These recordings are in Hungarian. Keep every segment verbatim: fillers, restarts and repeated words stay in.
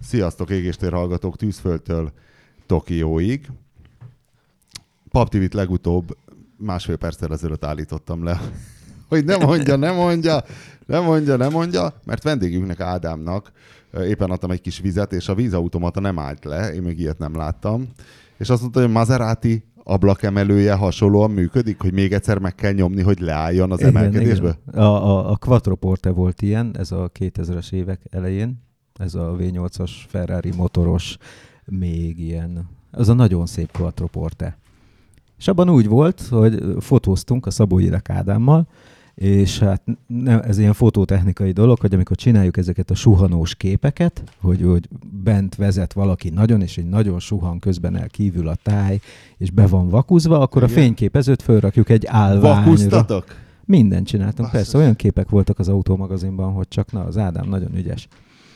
Sziasztok, égéstér hallgatók Tűzföldtől Tokióig. PubTV-t legutóbb másfél perccel ezelőtt állítottam le, hogy ne mondja, ne mondja, ne mondja, ne mondja, mert vendégünknek, Ádámnak éppen adtam egy kis vizet, és a vízautomata nem állt le, én még ilyet nem láttam. És azt mondta, hogy Maserati ablakemelője hasonlóan működik, hogy még egyszer meg kell nyomni, hogy leálljon az igen, emelkedésbe? Igen. A, a, a Quattroporte volt ilyen, ez a kétezres évek elején, ez a vé nyolcas Ferrari motoros, még ilyen, az a nagyon szép Quattroporte. És abban úgy volt, hogy fotóztunk a Szabó Irek Ádámmal, és hát nem, ez ilyen fototechnikai dolog, hogy amikor csináljuk ezeket a suhanós képeket, hogy, hogy bent vezet valaki nagyon, és egy nagyon suhan, közben el kívül a táj, és be van vakuzva, akkor igen, a fényképezőt fölrakjuk egy állványra. Vakuztatok? Mindent csináltunk, Basszus. Persze, olyan képek voltak az autómagazinban, hogy csak na, az Ádám nagyon ügyes.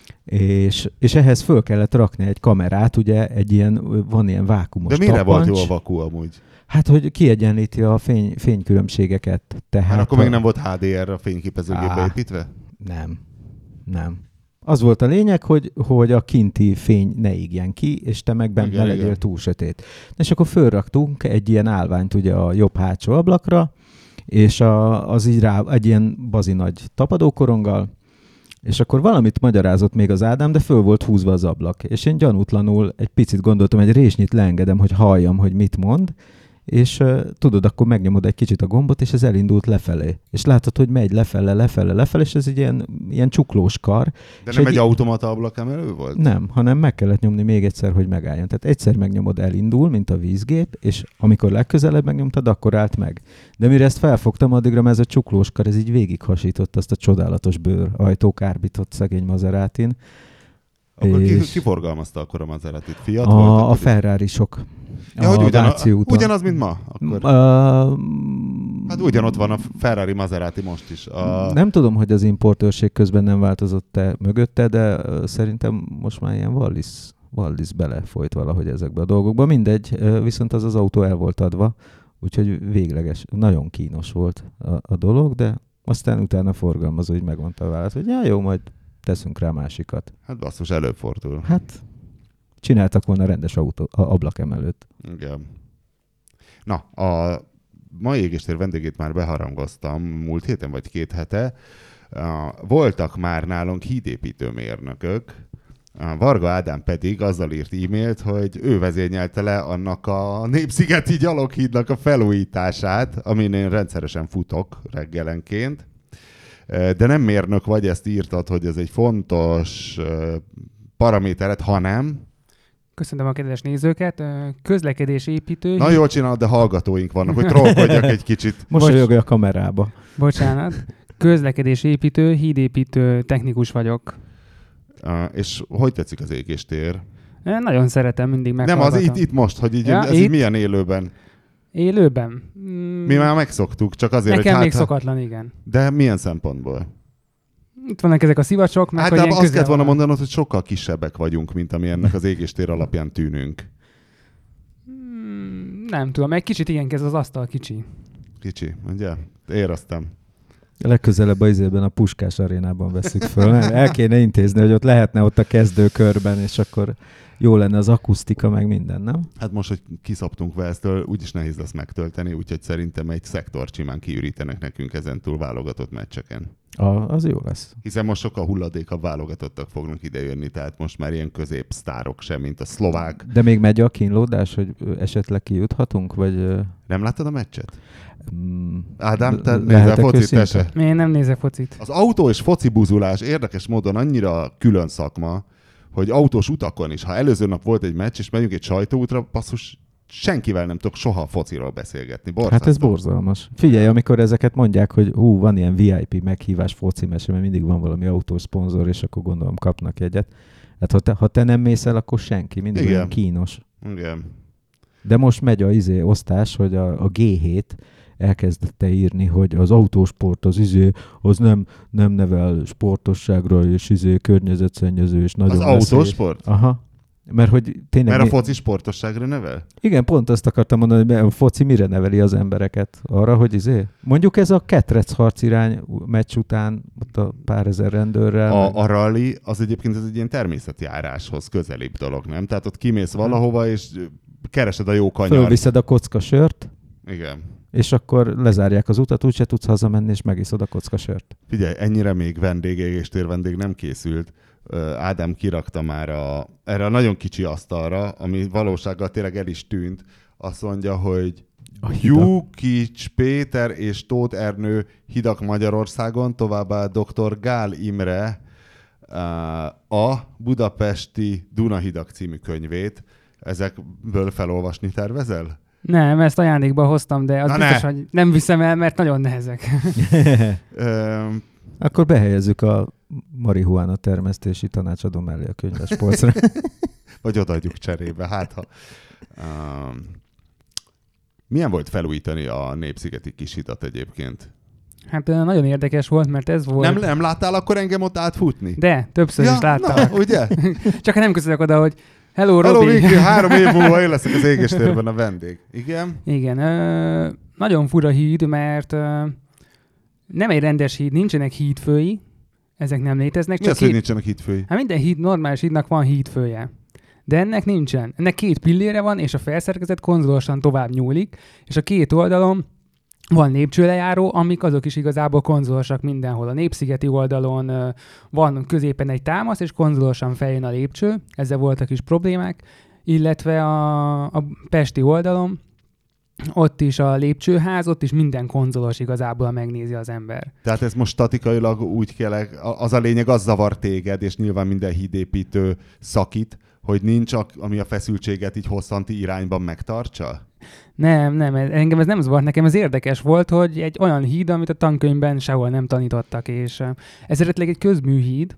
És, és ehhez föl kellett rakni egy kamerát, ugye egy ilyen, van ilyen vákumos De mire tapancs. volt jó a vakú amúgy? Hát, hogy kiegyenlíti a fény, fénykülönbségeket. Tehát hát akkor a... még nem volt há dé er a fényképezőgépbe építve? Nem, nem. Az volt a lényeg, hogy, hogy a kinti fény ne égjen ki, és te meg bent ne legyél túl sötét. És akkor fölraktunk egy ilyen állványt ugye a jobb hátsó ablakra, és a, az így rá egy ilyen bazi nagy tapadókoronggal, és akkor valamit magyarázott még az Ádám, de föl volt húzva az ablak. És én gyanútlanul egy picit gondoltam, egy résnyit leengedem, hogy halljam, hogy mit mond, és uh, tudod, akkor megnyomod egy kicsit a gombot, és ez elindult lefelé. És látod, hogy megy lefele, lefele, lefele, és ez egy ilyen, ilyen csuklós kar. De nem egy, egy automata ablakemelő volt? Nem, hanem meg kellett nyomni még egyszer, hogy megálljon. Tehát egyszer megnyomod, elindul, mint a vízgép, és amikor legközelebb megnyomtad, akkor állt meg. De mire ezt felfogtam, addigra ez a csuklós kar, ez így végighasított azt a csodálatos bőr ajtókárbitot szegény Maseratin. Akkor és... ki, ki forgalmazta akkor a Maseratit? Fiat a, volt? A Ferrari-sok. Ja, hogy ugyan, ugyanaz, mint ma? Akkor... Uh, hát ugyanott van a Ferrari Maserati most is. A... Nem tudom, hogy az importőrség közben nem változott-e mögötte, de uh, szerintem most már ilyen Wallis, Wallis belefolyt valahogy ezekbe a dolgokba. Mindegy, uh, viszont az az autó el volt adva, úgyhogy végleges, nagyon kínos volt a, a dolog, de aztán utána forgalmazó, hogy megmondta a választ, hogy já, jó, majd teszünk rá másikat. Hát basszus, előfordul. Hát csináltak volna rendes autó, a ablakemelőt. Igen. Na, a mai égéstér vendégét már beharangoztam múlt héten, vagy két hete. Voltak már nálunk hídépítő mérnökök, Varga Ádám pedig azzal írt e-mailt, hogy ő vezényelte le annak a Népszigeti gyaloghídnak a felújítását, amin én rendszeresen futok reggelenként. De nem mérnök vagy, ezt írtad, hogy ez egy fontos paraméteret, hanem... Köszönöm a kedves nézőket. Közlekedésépítő... Na jól csinálod, de hallgatóink vannak, hogy trollkodjak egy kicsit. Mosolyogj a kamerába. Bocsánat. Közlekedésépítő, hídépítő technikus vagyok. Uh, és hogy tetszik az égéstér? Én nagyon szeretem, mindig meghallgatom. Nem, az itt, itt most, hogy így, ja, ez így milyen élőben? Élőben? Mm. Mi már megszoktuk, csak azért, Nekem hogy még hát, szokatlan, igen. De milyen szempontból? Itt vannak ezek a szivacsok, meg Általában hogy azt kellett volna van. mondanod, hogy sokkal kisebbek vagyunk, mint ami ennek az égéstér alapján tűnünk. Mm, nem tudom, egy kicsit ilyen kezd az asztal kicsi. Kicsi, ugye? Éreztem. Legközelebb a izében a Puskás arénában veszük föl. El kéne intézni, hogy ott lehetne ott a kezdőkörben, és akkor jó lenne az akusztika, meg minden, nem? Hát most, hogy kiszabtunk Velsztől, úgyis nehéz lesz megtölteni, úgyhogy szerintem egy szektor simán kiürítenek nekünk ezentúl válogatott meccseken. A, az jó lesz. Hiszen most sokkal hulladékabb válogatottak fognak idejönni, tehát most már ilyen középsztárok sem, mint a szlovák. De még megy a kínlódás, hogy esetleg kijuthatunk, vagy... Nem láttad a meccset? Mm, Ádám, te nézel focit, te se? Én nem nézek focit. Az autó és foci buzulás érdekes módon annyira külön szakma, hogy autós utakon is, ha előző nap volt egy meccs, és megyünk egy sajtóútra, passzus, senkivel nem tudok soha fociról beszélgetni. Borzasztó. Hát ez borzalmas. Figyelj, amikor ezeket mondják, hogy hú, van ilyen vé i pé meghívás foci mese, mert mindig van valami autószponzor, és akkor gondolom kapnak egyet. Hát ha te, ha te nem mész el, akkor senki. Mindig olyan kínos. Igen. De most megy a izé osztás, hogy a, a gé hét elkezdette írni, hogy az autósport az izé, az nem, nem nevel sportosságra, és izé környezetszennyező, és nagyon Az autósport? Aha. Mert hogy tényleg... Mert a foci sportosságra nevel? Igen, pont azt akartam mondani, hogy a foci mire neveli az embereket? Arra, hogy izé... Mondjuk ez a ketrec harcirány meccs után, ott a pár ezer rendőrrel... A, meg... a rally az egyébként ez egy ilyen természetjáráshoz közelibb dolog, nem? Tehát ott kimész valahova, és keresed a jó kanyart. Fölviszed a kocka sört. Igen. És akkor lezárják az utat, úgyse tudsz hazamenni, és megiszod a kocka sört. Figyelj, ennyire még vendég, égéstér vendég nem készült. Ádám kirakta már a, erre a nagyon kicsi asztalra, ami valósággal tényleg el is tűnt. Azt mondja, hogy Jukics Péter és Tóth Ernő hidak Magyarországon, továbbá doktor Gál Imre a Budapesti Dunahidak című könyvét. Ezekből felolvasni tervezel? Nem, ezt ajándékba hoztam, de az Na biztos, ne. hogy nem viszem el, mert nagyon nehezek. Akkor behelyezzük a marihuána termesztési tanácsadó mellé a könyves polcra. Vagy odaadjuk cserébe, hát ha... Um, milyen volt felújítani a Népszigeti Kishidat egyébként? Hát nagyon érdekes volt, mert ez volt... Nem, nem láttál akkor engem ott átfutni? De, többször ja, is láttam. Na, ugye? Csak nem köszönök oda, hogy hello, Hello, Robi! Viki, három év múlva én leszek az égéstérben a vendég. Igen? Igen. Ö, nagyon fura híd, mert ö, nem egy rendes híd, nincsenek hídfői, ezek nem léteznek. Mi csak az, két... két... hogy nincsenek hídfői? Hát minden híd, normális hídnak van hídfője. De ennek nincsen. Ennek két pillére van, és a felszerkezet konzolosan tovább nyúlik, és a két oldalon van lépcsőlejáró, amik azok is igazából konzolosak mindenhol. A Népszigeti oldalon uh, van középen egy támasz, és konzolosan feljön a lépcső, ezzel voltak is problémák, illetve a, a pesti oldalon, ott is a lépcsőház, ott is minden konzolos igazából megnézi az ember. Tehát ez most statikailag úgy kell, az a lényeg, az zavar téged, és nyilván minden hídépítő szakít, hogy nincs, ami a feszültséget így hosszanti irányban megtartsa? Nem, nem, engem ez nem zavart, nekem ez érdekes volt, hogy egy olyan híd, amit a tankönyvben sehol nem tanítottak, és ez eredetileg egy közműhíd,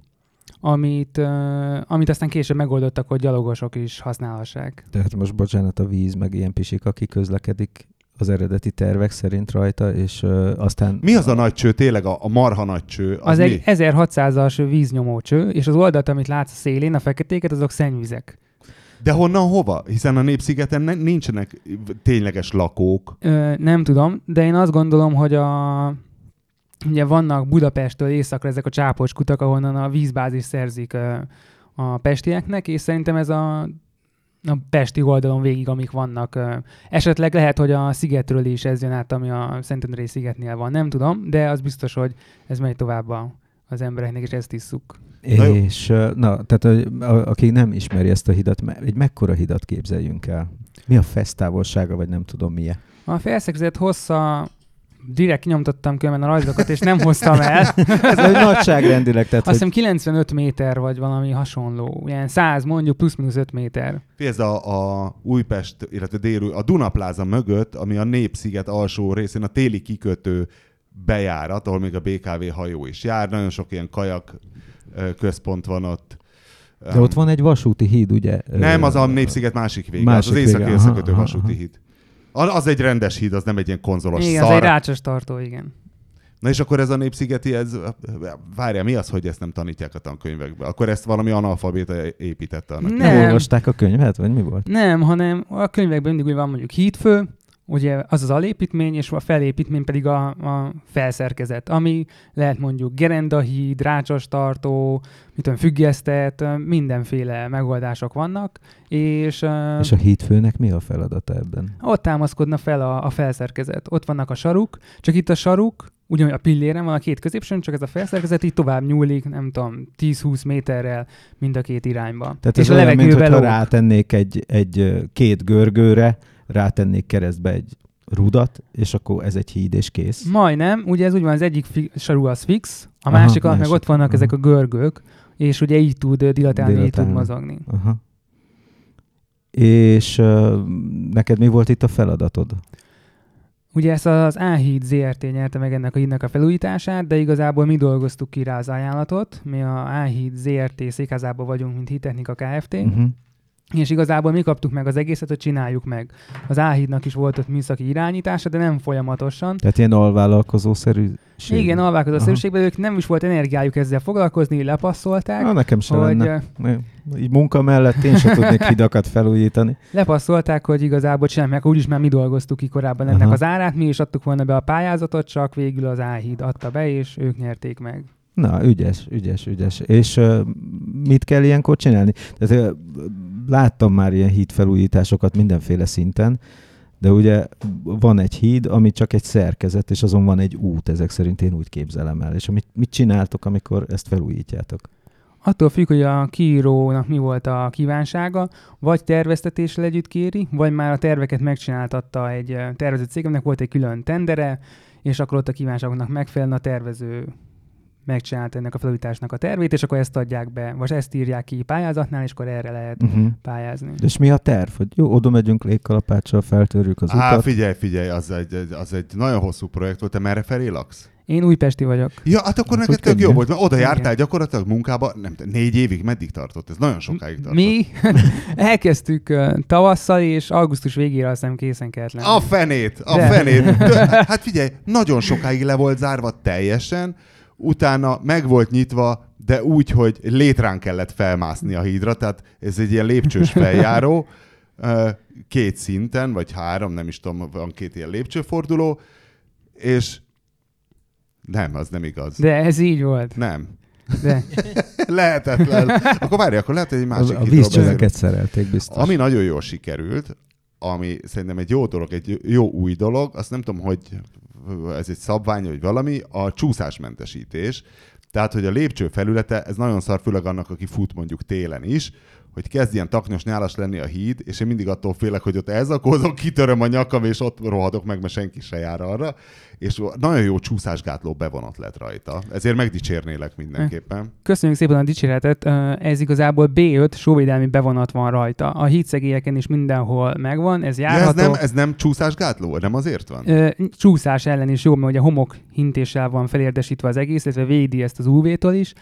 amit, uh, amit aztán később megoldottak, hogy gyalogosok is használhassák. Tehát most bocsánat, a víz, meg ilyen pisik, aki közlekedik az eredeti tervek szerint rajta, és uh, aztán... Mi az a nagy cső, tényleg a, a marha nagy cső? Az, az mi? egy ezerhatszázas víznyomó cső, és az oldalt, amit látsz a szélén, a feketéket, azok szennyvizek. De honnan hova? Hiszen a Népszigeten nincsenek tényleges lakók. Ö, nem tudom, de én azt gondolom, hogy a... Ugye vannak Budapesttől északra ezek a csápos kutak, ahonnan a vízbázis szerzik ö, a pestieknek, és szerintem ez a, a pesti oldalon végig, amik vannak. Ö, esetleg lehet, hogy a szigetről is ez jön át, ami a Szentendrei szigetnél van. Nem tudom, de az biztos, hogy ez megy tovább az embereknek, és ezt isszuk. És na, tehát a, a, aki nem ismeri ezt a hidat, egy mekkora hidat képzeljünk el? Mi a fesztávolsága, vagy nem tudom milyen? A felszerkezet hossza, direkt kinyomtattam különben a rajzokat, és nem hoztam el. Ez egy nagyságrendileg. Tehát, azt hiszem hogy... kilencvenöt méter, vagy valami hasonló. Ilyen száz, mondjuk plusz-minusz öt méter. Ez a, a Újpest, illetve dél, a Dunapláza mögött, ami a Népsziget alsó részén a téli kikötő bejárat, ahol még a bé ká vé hajó is jár. Nagyon sok ilyen kajak központ van ott. De ott van egy vasúti híd, ugye? Nem, az a Népsziget másik vége, másik az az északi vége. összekötő Aha, vasúti aha. híd. Az egy rendes híd, az nem egy ilyen konzolos igen, szar. ez egy rácsos tartó, igen. Na és akkor ez a Népszigeti, ez, várjál, mi az, hogy ezt nem tanítják a tankönyvekbe? Akkor ezt valami analfabéta építette annak. Nem. Nem olvasták a könyvet, vagy mi volt? Nem, hanem a könyvekben mindig úgy van mondjuk hídfő, ugye az az alépítmény, és a felépítmény pedig a, a felszerkezet, ami lehet mondjuk gerendahíd, rácsos tartó, mit tudom, függesztett, mindenféle megoldások vannak, és, és a hídfőnek mi a feladata ebben? Ott támaszkodna fel a, a felszerkezet. Ott vannak a saruk, csak itt a saruk, ugyanúgy a pilléren van a két középsőn, csak ez a felszerkezet így tovább nyúlik, nem tudom, tíz-húsz méterrel mind a két irányba. Tehát és ez a olyan, mint hogyha lóg. rátennék egy, egy két görgőre, rátennék keresztbe egy rudat, és akkor ez egy híd, és kész. Majdnem, ugye ez úgy van, az egyik fi- saru az fix, a Aha, másik alatt meg másik. ott vannak Aha. ezek a görgők, és ugye így tud dilatálni, így tud Dilatálni. mozogni. Aha. És uh, neked mi volt itt a feladatod? Ugye ezt az A-híd zé er té nyerte meg ennek a hídnak a felújítását, de igazából mi dolgoztuk ki rá az ajánlatot. Mi a A-híd zé er té székházában vagyunk, mint Hídtechnika Kft. Uh-huh. és igazából mi kaptuk meg az egészet, hogy csináljuk meg. Az A-hídnak is volt ott műszaki irányítása, de nem folyamatosan. Tehát ilyen alvállalkozószerűség. Igen, alvállalkozószerűségben ők nem is volt energiájuk ezzel foglalkozni, lepasszolták. Na, nekem sem hogy, lenne. Így munka mellett én sem tudnék hidakat felújítani. Lepasszolták, hogy igazából csinálják meg, úgyis már mi dolgoztuk ki korábban ennek Aha. az árát, mi is adtuk volna be a pályázatot, csak végül az A-híd adta be, és ők nyerték meg. Na, ügyes, ügyes, ügyes. És uh, mit kell ilyenkor csinálni? Tehát, uh, láttam már ilyen hídfelújításokat mindenféle szinten, de ugye van egy híd, ami csak egy szerkezet, és azon van egy út, ezek szerint én úgy képzelem el. És mit, mit csináltok, amikor ezt felújítjátok? Attól függ, hogy a kiírónak mi volt a kívánsága, vagy terveztetéssel együtt kéri, vagy már a terveket megcsináltatta egy tervező cég, aminek volt egy külön tendere, és akkor ott a kívánságoknak megfelelően a tervező megcsinálta ennek a felújításnak a tervét, és akkor ezt adják be, vagy ezt írják ki pályázatnál, és akkor erre lehet uh-huh. pályázni. De és mi a terv? Hogy jó, oda megyünk légkalapáccsal, feltörjük az Á, utat. figyelj, figyelj, az egy, az egy nagyon hosszú projekt volt. Te merre felé laksz? Én újpesti vagyok. Ja, hát akkor Hát, neked tök jó volt, mert oda Igen. jártál gyakorlatilag munkába, nem tudom, négy évig, meddig tartott? Ez nagyon sokáig tartott. Mi elkezdtük uh, tavasszal, és augusztus végére azt hiszem készen kellett lenni. A fenét, a De. fenét. De, hát figyelj, nagyon sokáig le volt zárva teljesen, utána meg volt nyitva, de úgy, hogy létrán kellett felmászni a hídra, tehát ez egy ilyen lépcsős feljáró, két szinten, vagy három, nem is tudom, van két ilyen lépcsőforduló, és nem, az nem igaz. De ez így volt. Nem. De. Lehetetlen. Akkor várj, akkor lehet, hogy egy másik A hídról vízcsöveket szerelték biztos. Ami nagyon jól sikerült, ami szerintem egy jó dolog, egy jó új dolog, azt nem tudom, hogy ez egy szabvány, vagy valami, a csúszásmentesítés. Tehát, hogy a lépcső felülete, ez nagyon szar, főleg annak, aki fut mondjuk télen is, hogy kezd ilyen taknyos nyálas lenni a híd, és én mindig attól félek, hogy ott elzakózok, kitöröm a nyakam, és ott rohadok meg, mert senki se jár arra. És nagyon jó csúszásgátló bevonat lett rajta. Ezért megdicsérnélek mindenképpen. Köszönjük szépen a dicséretet. Ez igazából bé öt sóvédelmi bevonat van rajta. A hídszegélyeken is mindenhol megvan, ez járható. Ja, ez, nem, ez nem csúszásgátló? Nem azért van? Ö, csúszás ellen is jó, mert ugye homok hintéssel van felérdesítve az egész, illetve védi ezt az ú vé-től is,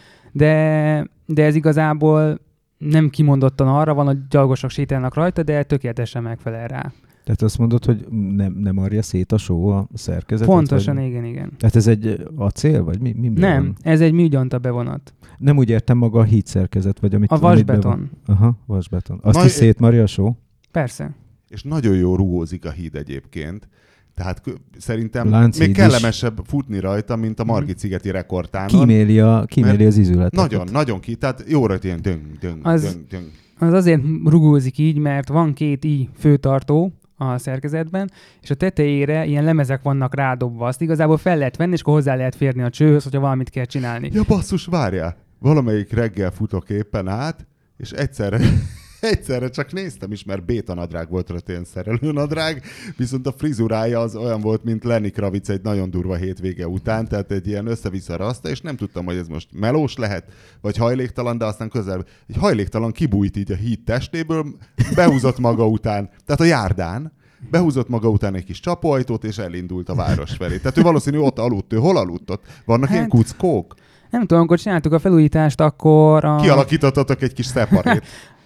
de, de ez igazából nem kimondottan arra van, hogy gyalogosok sétálnak rajta, de tökéletesen megfelel rá. Tehát azt mondod, hogy nem, nem arja szét a só a szerkezetet? Pontosan, vagy? igen, igen. Tehát ez egy acél, vagy mi? mi Nem, van? ez egy műgyanta bevonat. Nem úgy értem maga a hídszerkezet, vagy amit... A vasbeton. Amit Aha, vasbeton. Azt Na, is szétmarja a só? Persze. És nagyon jó rugózik a híd egyébként. Tehát k- szerintem Lánchíd még is. kellemesebb futni rajta, mint a Margit-szigeti rekordtánon. Kíméli, a, kíméli az izületet. Nagyon, nagyon ki. Tehát jó rajta ilyen döng, döng, Az- döng, döng. Az azért rugózik így, mert van két i főtartó a szerkezetben, és a tetejére ilyen lemezek vannak rádobva. Azt igazából fel lehet venni, és akkor hozzá lehet férni a csőhöz, hogyha valamit kell csinálni. Ja basszus, várjál! Valamelyik reggel futok éppen át, és egyszerre, egyszerre csak néztem is, mert bétanadrág volt rajta, ilyen szerelőnadrág, viszont a frizurája az olyan volt, mint Lenny Kravitz egy nagyon durva hétvége után, tehát egy ilyen össze-vissza raszta, és nem tudtam, hogy ez most melós lehet, vagy hajléktalan, de aztán közel egy hajléktalan kibújt így a híd testéből, behúzott maga után, tehát a járdán, behúzott maga után egy kis csapóajtót, és elindult a város felé. Tehát ő valószínű ott aludt. Ő hol aludt ott? Vannak hát, ilyen kuckók? Nem tudom, amikor csináltuk a felújítást, akkor a, Kialakítottatok egy kis szeparét.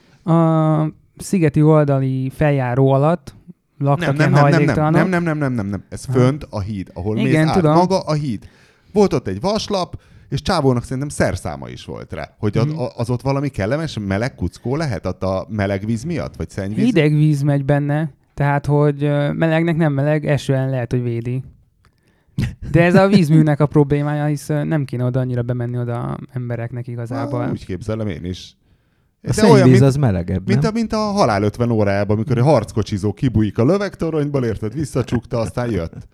a szigeti oldali feljáró alatt laktak Nem, nem, ilyen nem, nem, hajléktalanok. nem, nem, nem, nem, nem, nem. Ez fönt a híd, ahol Igen, mész át. tudom. Maga a híd. Volt ott egy vaslap, és csávónak szerintem szerszáma is volt rá. Hogy Mhm. az, az ott valami kellemes meleg kuckó lehet? Ott a meleg víz miatt? Vagy szennyvíz? Hideg víz megy benne, tehát hogy ö, melegnek nem meleg, esően lehet, hogy védi. De ez a vízműnek a problémája, hisz ö, nem kéne oda annyira bemenni oda embereknek igazából. Ah, úgy képzelem én is. A szennyvíz az melegebb, Mint nem? a, mint a halál ötven órájában, amikor egy harckocsizó kibújik a lövegtoronyból, érted, visszacsukta, aztán jött.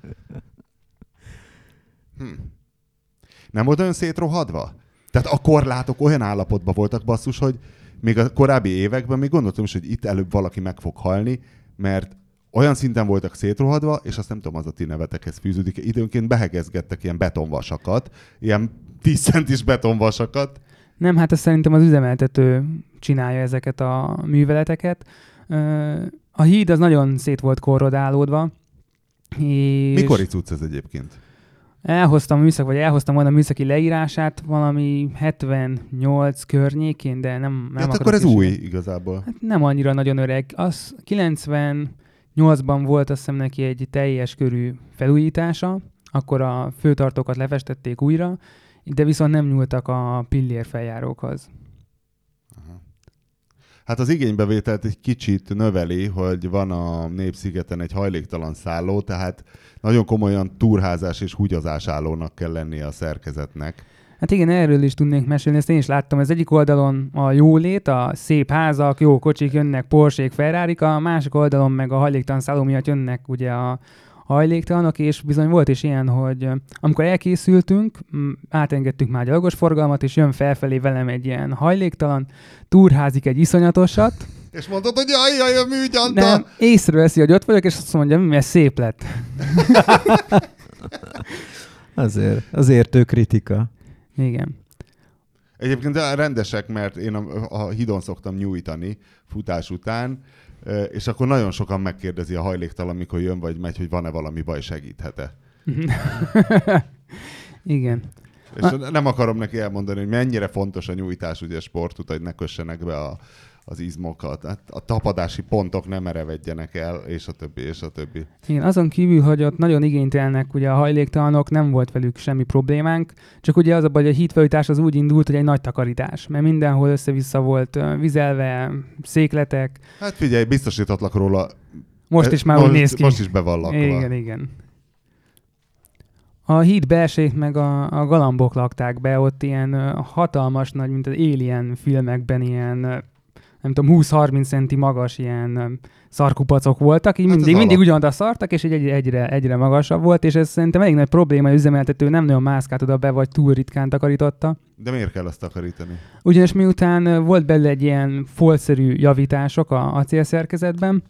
Hm. Nem volt olyan szétrohadva? Tehát a korlátok olyan állapotban voltak, basszus, hogy még a korábbi években még gondoltam is, hogy itt előbb valaki meg fog halni, mert olyan szinten voltak szétrohadva, és azt nem tudom, az a ti nevetekhez fűződik, időnként behegezgettek ilyen betonvasakat, ilyen tíz centis betonvasakat. Nem, hát ezt szerintem az üzemeltető csinálja ezeket a műveleteket. Ö, A híd az nagyon szét volt korrodálódva. És Mikor cucc ez egyébként? Elhoztam a műszak, vagy elhoztam volna a műszaki leírását valami hetvennyolc környékén, de nem, nem hát akkor ez új igazából. Hát nem annyira nagyon öreg. Az kilencvennyolcban volt azt hiszem neki egy teljes körű felújítása, akkor a főtartókat lefestették újra, de viszont nem nyúltak a pillérfeljárókhoz. Aha. Hát az igénybevételt egy kicsit növeli, hogy van a Népszigeten egy hajléktalan szálló, tehát nagyon komolyan túrházás és húgyazás állónak kell lennie a szerkezetnek. Hát igen, erről is tudnék mesélni, ezt én is láttam. Az egyik oldalon a jólét, a szép házak, jó kocsik jönnek, Porsék, Ferrarik, a másik oldalon meg a hajléktalan szálló miatt jönnek ugye a hajléktalanok, és bizony volt is ilyen, hogy amikor elkészültünk, átengedtük már gyalogos forgalmat, és jön felfelé velem egy ilyen hajléktalan, túrházik egy iszonyatosat. És mondod, hogy jaj, jaj, a műgyanta! Nem, észreveszi, hogy ott vagyok, és azt mondja, mi szép lett. azért, azért ő kritika. Igen. Egyébként rendesek, mert én a, a hídon szoktam nyújtani futás után, és akkor nagyon sokan megkérdezi a hajléktalan, mikor jön vagy megy, hogy van-e valami baj, segíthet-e. Igen. És a... nem akarom neki elmondani, hogy mennyire fontos a nyújtás, ugye sportút, hogy ne kössenek be a, az izmokat. Hát a tapadási pontok nem merevedjenek el, és a többi, és a többi. Igen, azon kívül, hogy ott nagyon igénytelnek ugye a hajléktalanok, nem volt velük semmi problémánk, csak ugye az a baj, hogy a hídfelújítás az úgy indult, hogy egy nagy takarítás, mert mindenhol össze-vissza volt vizelve, székletek. Hát figyelj, biztosíthatlak róla. Most is már most, úgy néz ki. Most is bevallakva. Igen, igen. A híd belsejét meg a, a galambok lakták be, ott ilyen hatalmas nagy, mint az Alien filmekben ilyen nem tudom, húsz-harminc centi magas ilyen szarkupacok voltak, így hát mindig, mindig ugyanaz szartak, és egy, egyre, egyre magasabb volt, és ez szerintem elég nagy probléma, hogy az üzemeltető nem nagyon mászkált oda be, vagy túl ritkán takarította. De miért kell azt takarítani? Ugyanis miután volt belőle egy ilyen foltszerű javítások a acélszerkezetben,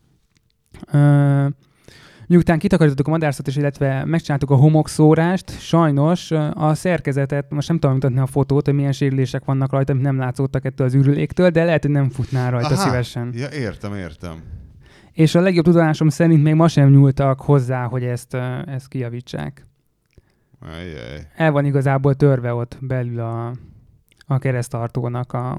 ö, miután kitakarítottuk a madárszat, és illetve megcsináltuk a homokszórást, sajnos a szerkezetet, most nem tudom mutatni a fotót, hogy milyen sérülések vannak rajta, amit nem látszottak ettől az ürüléktől, de lehet, hogy nem futná rajta Aha, szívesen. Ja, értem, értem. És a legjobb tudomásom szerint még ma sem nyúltak hozzá, hogy ezt, ezt kijavítsák. Ajjaj. El van igazából törve ott belül a, a keresztartónak a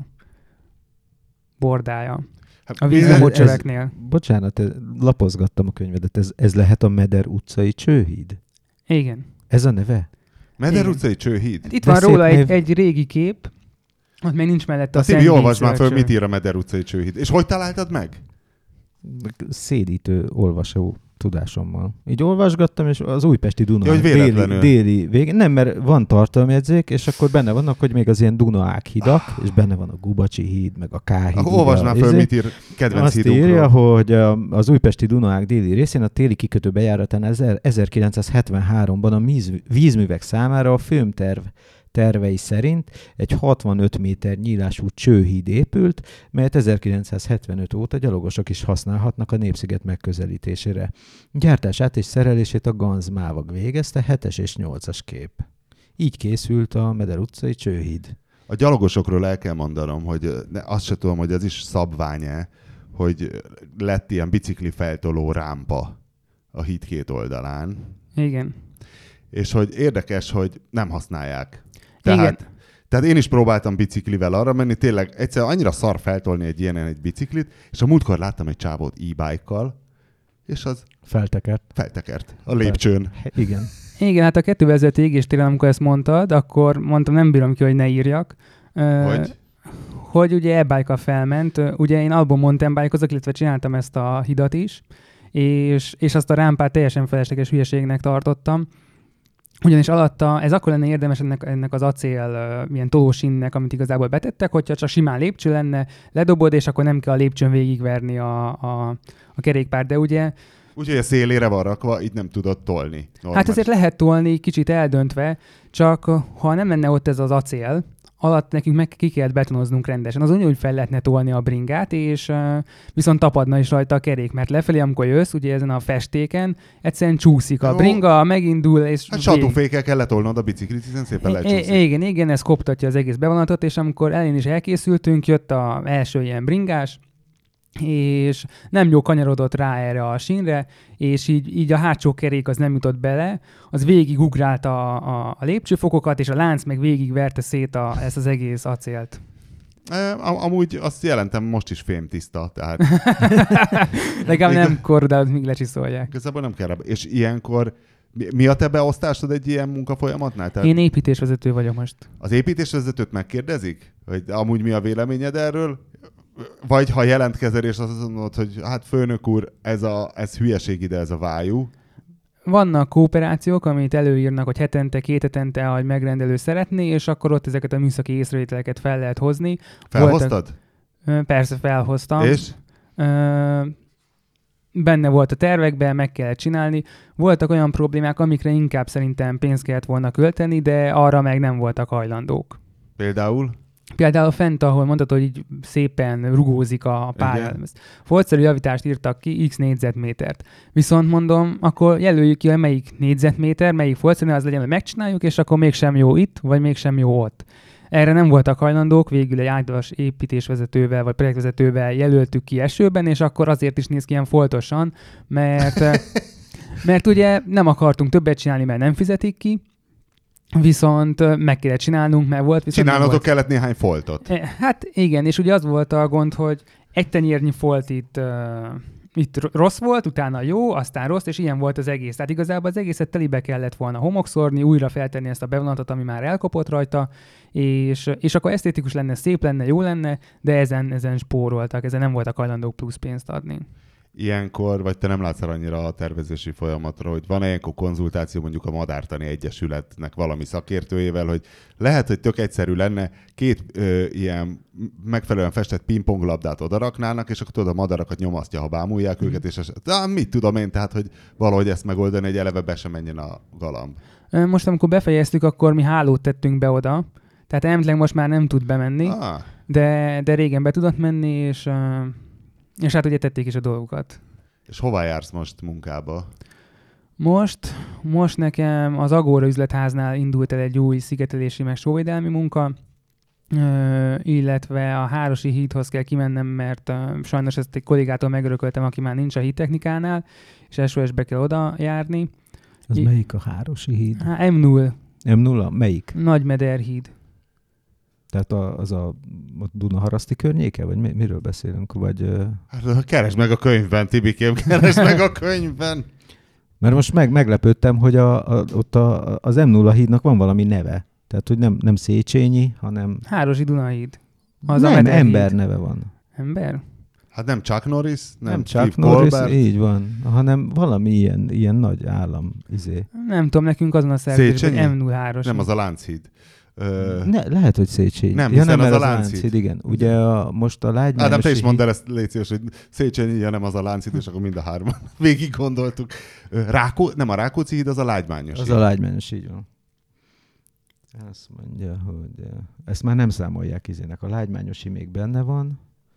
bordája. Hát a vízumócsöveknél. Bocsánat, lapozgattam a könyvedet. Ez, ez lehet a Meder utcai csőhíd? Igen. Ez a neve? Meder Igen. utcai csőhíd? Itt van róla egy, egy régi kép, ott még nincs mellette a Szentvíz. Olvasd már föl, mit ír a Meder utcai csőhíd. És hogy találtad meg? Szédítő olvasó tudásommal. Így olvasgattam, és az újpesti Duna ja, déli, déli végén. Nem, mert van tartalomjegyzék, és akkor benne vannak, hogy még az ilyen Dunaák hidak, és benne van a Gubacsi híd, meg a K-híd. Akkor olvasd már föl, mit ír kedvenc azt hídunkról. Azt írja, hogy az újpesti Dunaák déli részén a téli kikötő bejáratán ezerkilencszázhetvenháromban a víz, vízművek számára a filmterv tervei szerint egy hatvanöt méter nyílású csőhíd épült, melyet ezerkilencszázhetvenöt óta gyalogosok is használhatnak a Népsziget megközelítésére. Gyártását és szerelését a Ganz Mávag végezte, hetes és nyolcas kép. Így készült a Meder utcai csőhíd. A gyalogosokról el kell mondanom, hogy azt se tudom, hogy ez is szabvány-e, hogy lett ilyen bicikli feltoló rámpa a híd két oldalán. Igen. És hogy érdekes, hogy nem használják. Tehát, Igen. tehát én is próbáltam biciklivel arra menni, tényleg egyszer annyira szar feltolni egy ilyen egy biciklit, és a múltkor láttam egy csávót e-bike-kal, és az feltekert. Feltekert a lépcsőn. Igen. Igen, hát a kettővezető égéstéren, amikor ezt mondtad, akkor mondtam, nem bírom ki, hogy ne írjak. Hogy? Hogy ugye e-bike-a felment. Ugye én alapból mountain bike-ozok, illetve csináltam ezt a hidat is, és, és azt a rámpát teljesen felesleges hülyeségnek tartottam. Ugyanis alatta, ez akkor lenne érdemes ennek, ennek az acél uh, ilyen tolósinnek, amit igazából betettek, hogyha csak simán lépcső lenne, ledobod, és akkor nem kell a lépcsőn végigverni a, a, a kerékpár, de ugye... Úgyhogy a szélére van rakva, itt nem tudod tolni. Normális. Hát ezért lehet tolni, kicsit eldöntve, csak ha nem lenne ott ez az acél, alatt nekünk meg ki kellett betonoznunk rendesen. Az úgy fel lehetne tolni a bringát, és uh, viszont tapadna is rajta a kerék, mert lefelé, amikor jössz, ugye ezen a festéken, egyszerűen csúszik a Jó. bringa, megindul, és... Hát satófékkel kell letolnod a biciklit, hiszen szépen lecsúszik. Igen, igen, ez koptatja az egész bevonatot, és amikor elén is elkészültünk, jött az első ilyen bringás, és nem jó kanyarodott rá erre a sínre, és így, így a hátsó kerék az nem jutott bele, az végig ugrálta a, a, a lépcsőfokokat, és a lánc meg végig verte szét a, ezt az egész acélt. Am- amúgy azt jelentem, most is fémtiszta, tehát... Legalább nem korrodálod, míg lecsiszolják. Igazából nem kell. És ilyenkor mi, mi a te beosztásod egy ilyen munkafolyamatnál? Tehát Én építésvezető vagyok most. az építésvezetőt megkérdezik? Hogy amúgy mi a véleményed erről? Vagy ha jelentkezel, és azt mondod, hogy hát főnök úr, ez, a, ez hülyeség ide, ez a vájú. Vannak kooperációk, amit előírnak, hogy hetente, két hetente, ahogy megrendelő szeretné, és akkor ott ezeket a műszaki észrevételeket fel lehet hozni. Felhoztad? Voltak, persze felhoztam. És? Benne volt a tervekben, meg kellett csinálni. Voltak olyan problémák, amikre inkább szerintem pénzt kellett volna költeni, de arra meg nem voltak hajlandók. Például? Például fent, ahol mondtad, hogy így szépen rugózik a pálya. Foltszerű javítást írtak ki, x négyzetmétert. Viszont mondom, akkor jelöljük ki, hogy melyik négyzetméter, melyik foltszerű, az legyen, hogy megcsináljuk, és akkor mégsem jó itt, vagy mégsem jó ott. Erre nem voltak hajlandók, végül egy ágyalas építésvezetővel, vagy projektvezetővel jelöltük ki esőben, és akkor azért is néz ki ilyen foltosan, mert, mert ugye nem akartunk többet csinálni, mert nem fizetik ki, viszont meg kellett csinálnunk, mert volt... Csinálnotok kellett néhány foltot. Hát igen, és ugye az volt a gond, hogy egy tenyérnyi folt itt, uh, itt rossz volt, utána jó, aztán rossz, és ilyen volt az egész. Tehát igazából az egészet telibe kellett volna homokszorni, újra feltenni ezt a bevonatot, ami már elkopott rajta, és, és akkor esztétikus lenne, szép lenne, jó lenne, de ezen, ezen spóroltak, ezen nem voltak hajlandók plusz pénzt adni. Ilyenkor, vagy te nem látsz annyira a tervezési folyamatra, hogy van-e ilyenkor konzultáció mondjuk a Madártani Egyesületnek valami szakértőjével, hogy lehet, hogy tök egyszerű lenne, két ö, ilyen megfelelően festett pingponglabdát odaraknának, és akkor tudod, a madarakat nyomasztja, ha bámulják mm. őket, és az, de, mit tudom én, tehát, hogy valahogy ezt megoldani, hogy eleve be sem menjen a galamb. Most, amikor befejeztük, akkor mi hálót tettünk be oda, tehát elméletileg most már nem tud bemenni, ah. de, de régen be tudott menni, és... És hát ugye tették is a dolgokat. És hová jársz most munkába? Most, most nekem az Agora üzletháznál indult el egy új szigetelési meg sóvédelmi munka, ö, illetve a Hárosi hídhoz kell kimennem, mert ö, sajnos ezt egy kollégától megörököltem, aki már nincs a hídtechnikánál, és es o es-be kell oda járni. Az I- melyik a Hárosi híd? Há, em nulla. em nulla? Melyik? Nagymeder híd. Tehát a, az a, a Dunaharaszti környéke? Vagy mi, miről beszélünk? Vagy, uh... hát, keresd meg a könyvben, Tibikém, keresd meg a könyvben! Mert most meg, meglepődtem, hogy a, a, ott a, az em nulla hídnak van valami neve. Tehát, hogy nem, nem Széchenyi, hanem... Hárosi Dunahíd. Az nem, ember híd. Neve van. Ember? Hát nem Chuck Norris, nem, nem Chuck Norris, így van, hanem valami ilyen, ilyen nagy állam izé. Nem tudom, nekünk azon a szerződés, hogy em nulla három. Nem, az a Lánchíd. Ö... Ne, lehet, hogy Széchenyi. Nem, ja, nem, az, az a Lánchíd. Lánchíd, igen. Ugye a, most a Lágymányosi... Ádám, te is mondd el ezt, légy szíves, hogy Széchenyi, ja, nem az a Lánchíd, és akkor mind a hárman végig gondoltuk. Rákó... Nem, a Rákóczi híd, az a Lágymányosi. Az a Lágymányosi, így van. Azt mondja, hogy ezt már nem számolják izének. A Lágymányosi még benne van.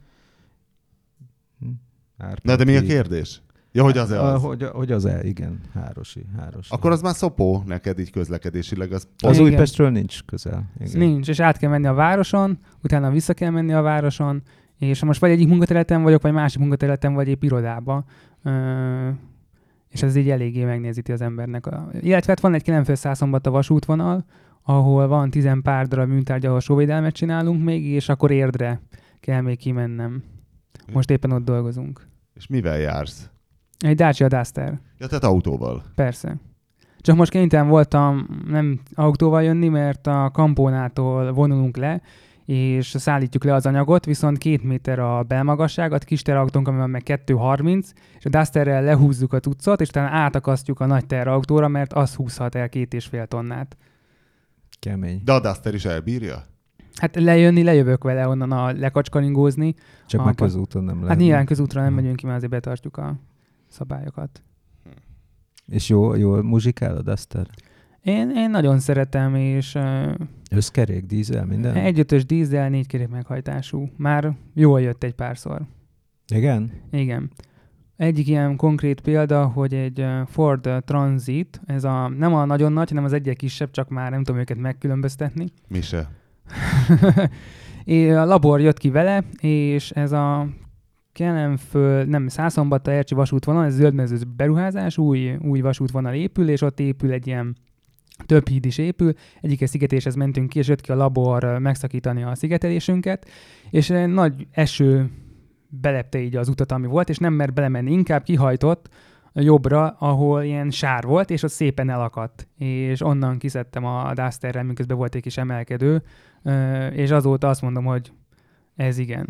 Hm? Na, de mi a kérdés? Ja, hogy az-e az? A, hogy, hogy az-e, igen. Hárosi, Hárosi. Akkor az már szopó neked így közlekedésileg. Az, az Újpestről nincs közel. Igen. Nincs, és át kell menni a városon, utána vissza kell menni a városon, és most vagy egyik munkaterületen vagyok, vagy másik munkaterületen, vagy épp irodába. Ö, és ez így eléggé megnézíti az embernek. A... Illetve hát van egy Kelenföld-Szászombatta vasútvonal, ahol van tizen pár darab műtárgy, ahol sóvédelmet csinálunk még, és akkor Érdre kell még kimennem. Most éppen ott dolgozunk. És mivel jársz? Egy Dacia Duster. Ja, tehát autóval. Persze. Csak most kénytelen voltam nem autóval jönni, mert a Kampónától vonulunk le, és szállítjuk le az anyagot, viszont két méter a belmagasságot, kis terautónk, ami van meg kettő harminc, és a Dusterrel lehúzzuk a tucot, és utána átakasztjuk a nagy terautóra, mert az húzhat el két és fél tonnát. Kemény. De a Duster is elbírja? Hát lejönni, lejövök vele onnan a lekacskaringózni. Csak már közúton nem lehet. Hát nyilván közútra nem megyünk ki, mert azért betartjuk a szabályokat. És jó, jól muzsikál a Duster? Én, én nagyon szeretem, és... Összkerék, dízel, minden? Egyötös dízel, négy kerék meghajtású. Már jól jött egy párszor. Igen? Igen. Egyik ilyen konkrét példa, hogy egy Ford Transit, ez a, nem a nagyon nagy, hanem az egyik kisebb, csak már nem tudom őket megkülönböztetni. Mi se. A labor jött ki vele, és ez a Kelenföld, nem, Szászombatta-Ercsi vasútvonal, ez zöldmezős beruházás, új, új vasútvonal épül, és ott épül egy ilyen több híd is épül. Egyik szigeteléshez mentünk ki, és jött ki a labor megszakítani a szigetelésünket, és nagy eső belepte így az utat, ami volt, és nem mert belemenni, inkább kihajtott jobbra, ahol ilyen sár volt, és ott szépen elakadt. És onnan kiszedtem a Dusterrel, miközben volt egy kis emelkedő, és azóta azt mondom, hogy ez igen.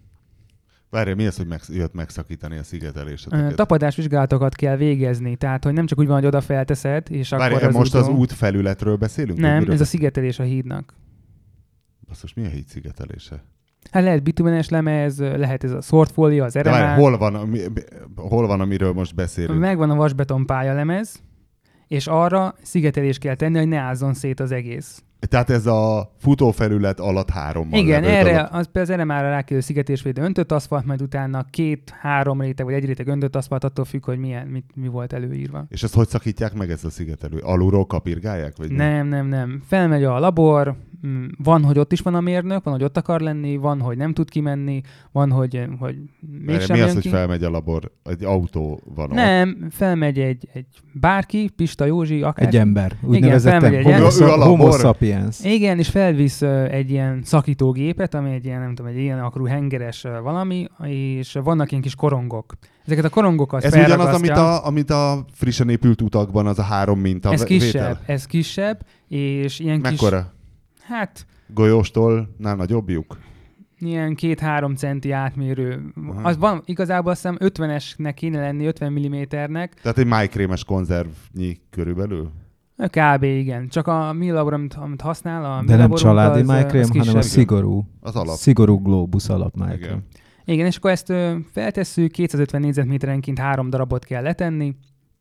Várj, mi az, hogy meg, jött megszakítani a szigeteléseteket? Tapadásvizsgálatokat kell végezni, tehát hogy nem csak úgy van, hogy oda felteszed, és Várj, akkor az most úton... az út felületről beszélünk? Nem, ez a szigetelés a hídnak. Basszus, mi a híd szigetelése? Hát lehet bitumenes lemez, lehet ez a szortfólia, az eremár. De várj, hol van, ami, hol van, amiről most beszélünk? Megvan a vasbeton pályalemez, és arra szigetelést kell tenni, hogy ne ázzon szét az egész. Tehát ez a futófelület alatt hárommal. Igen, erre alatt. Az például az eremára rákerül szigetésvédő öntött aszfalt, majd utána két-három réteg, vagy egy réteg öntött aszfalt, attól függ, hogy milyen, mit, mi volt előírva. És ezt hogy szakítják meg, ezt a szigetelő? Alulról kapirgálják? Vagy nem, nem, nem. Felmegy a labor, van, hogy ott is van a mérnök, van, hogy ott akar lenni, van, hogy nem tud kimenni, van, hogy, hogy mégsem mi az, jön hogy ki. felmegy a labor? Egy autó van ott? Nem, felmegy egy, egy bárki, Pista Józsi, akár. Egy ember. Úgy Igen, felmegy egy homo, ember. homo, homo sapiens. Igen, és felvisz egy ilyen szakítógépet, ami egy ilyen, nem tudom, egy ilyen akarú hengeres valami, és vannak ilyen kis korongok. Ezeket a korongokat Ez felragasztja. ugyanaz, amit a, amit a frissen épült utakban, az a három minta Ez vétel? kisebb, ez kisebb, és ilyen Mekkora? kis... Hát... Golyóstól nál nagyobb lyuk? Ilyen két-három centi átmérő. Aha. Az van, igazából azt hiszem ötvenesnek kéne lenni, ötven milliméternek. Tehát egy májkrémes konzervnyi körülbelül? Kb. Igen. Csak a mi labor, amit, amit használ, a de nem családi az, májkrém, az hanem a szigorú, az alap. szigorú globus alap májkrém. Igen. Igen, és akkor ezt ö, feltesszük, kétszázötven négyzetméterenként három darabot kell letenni.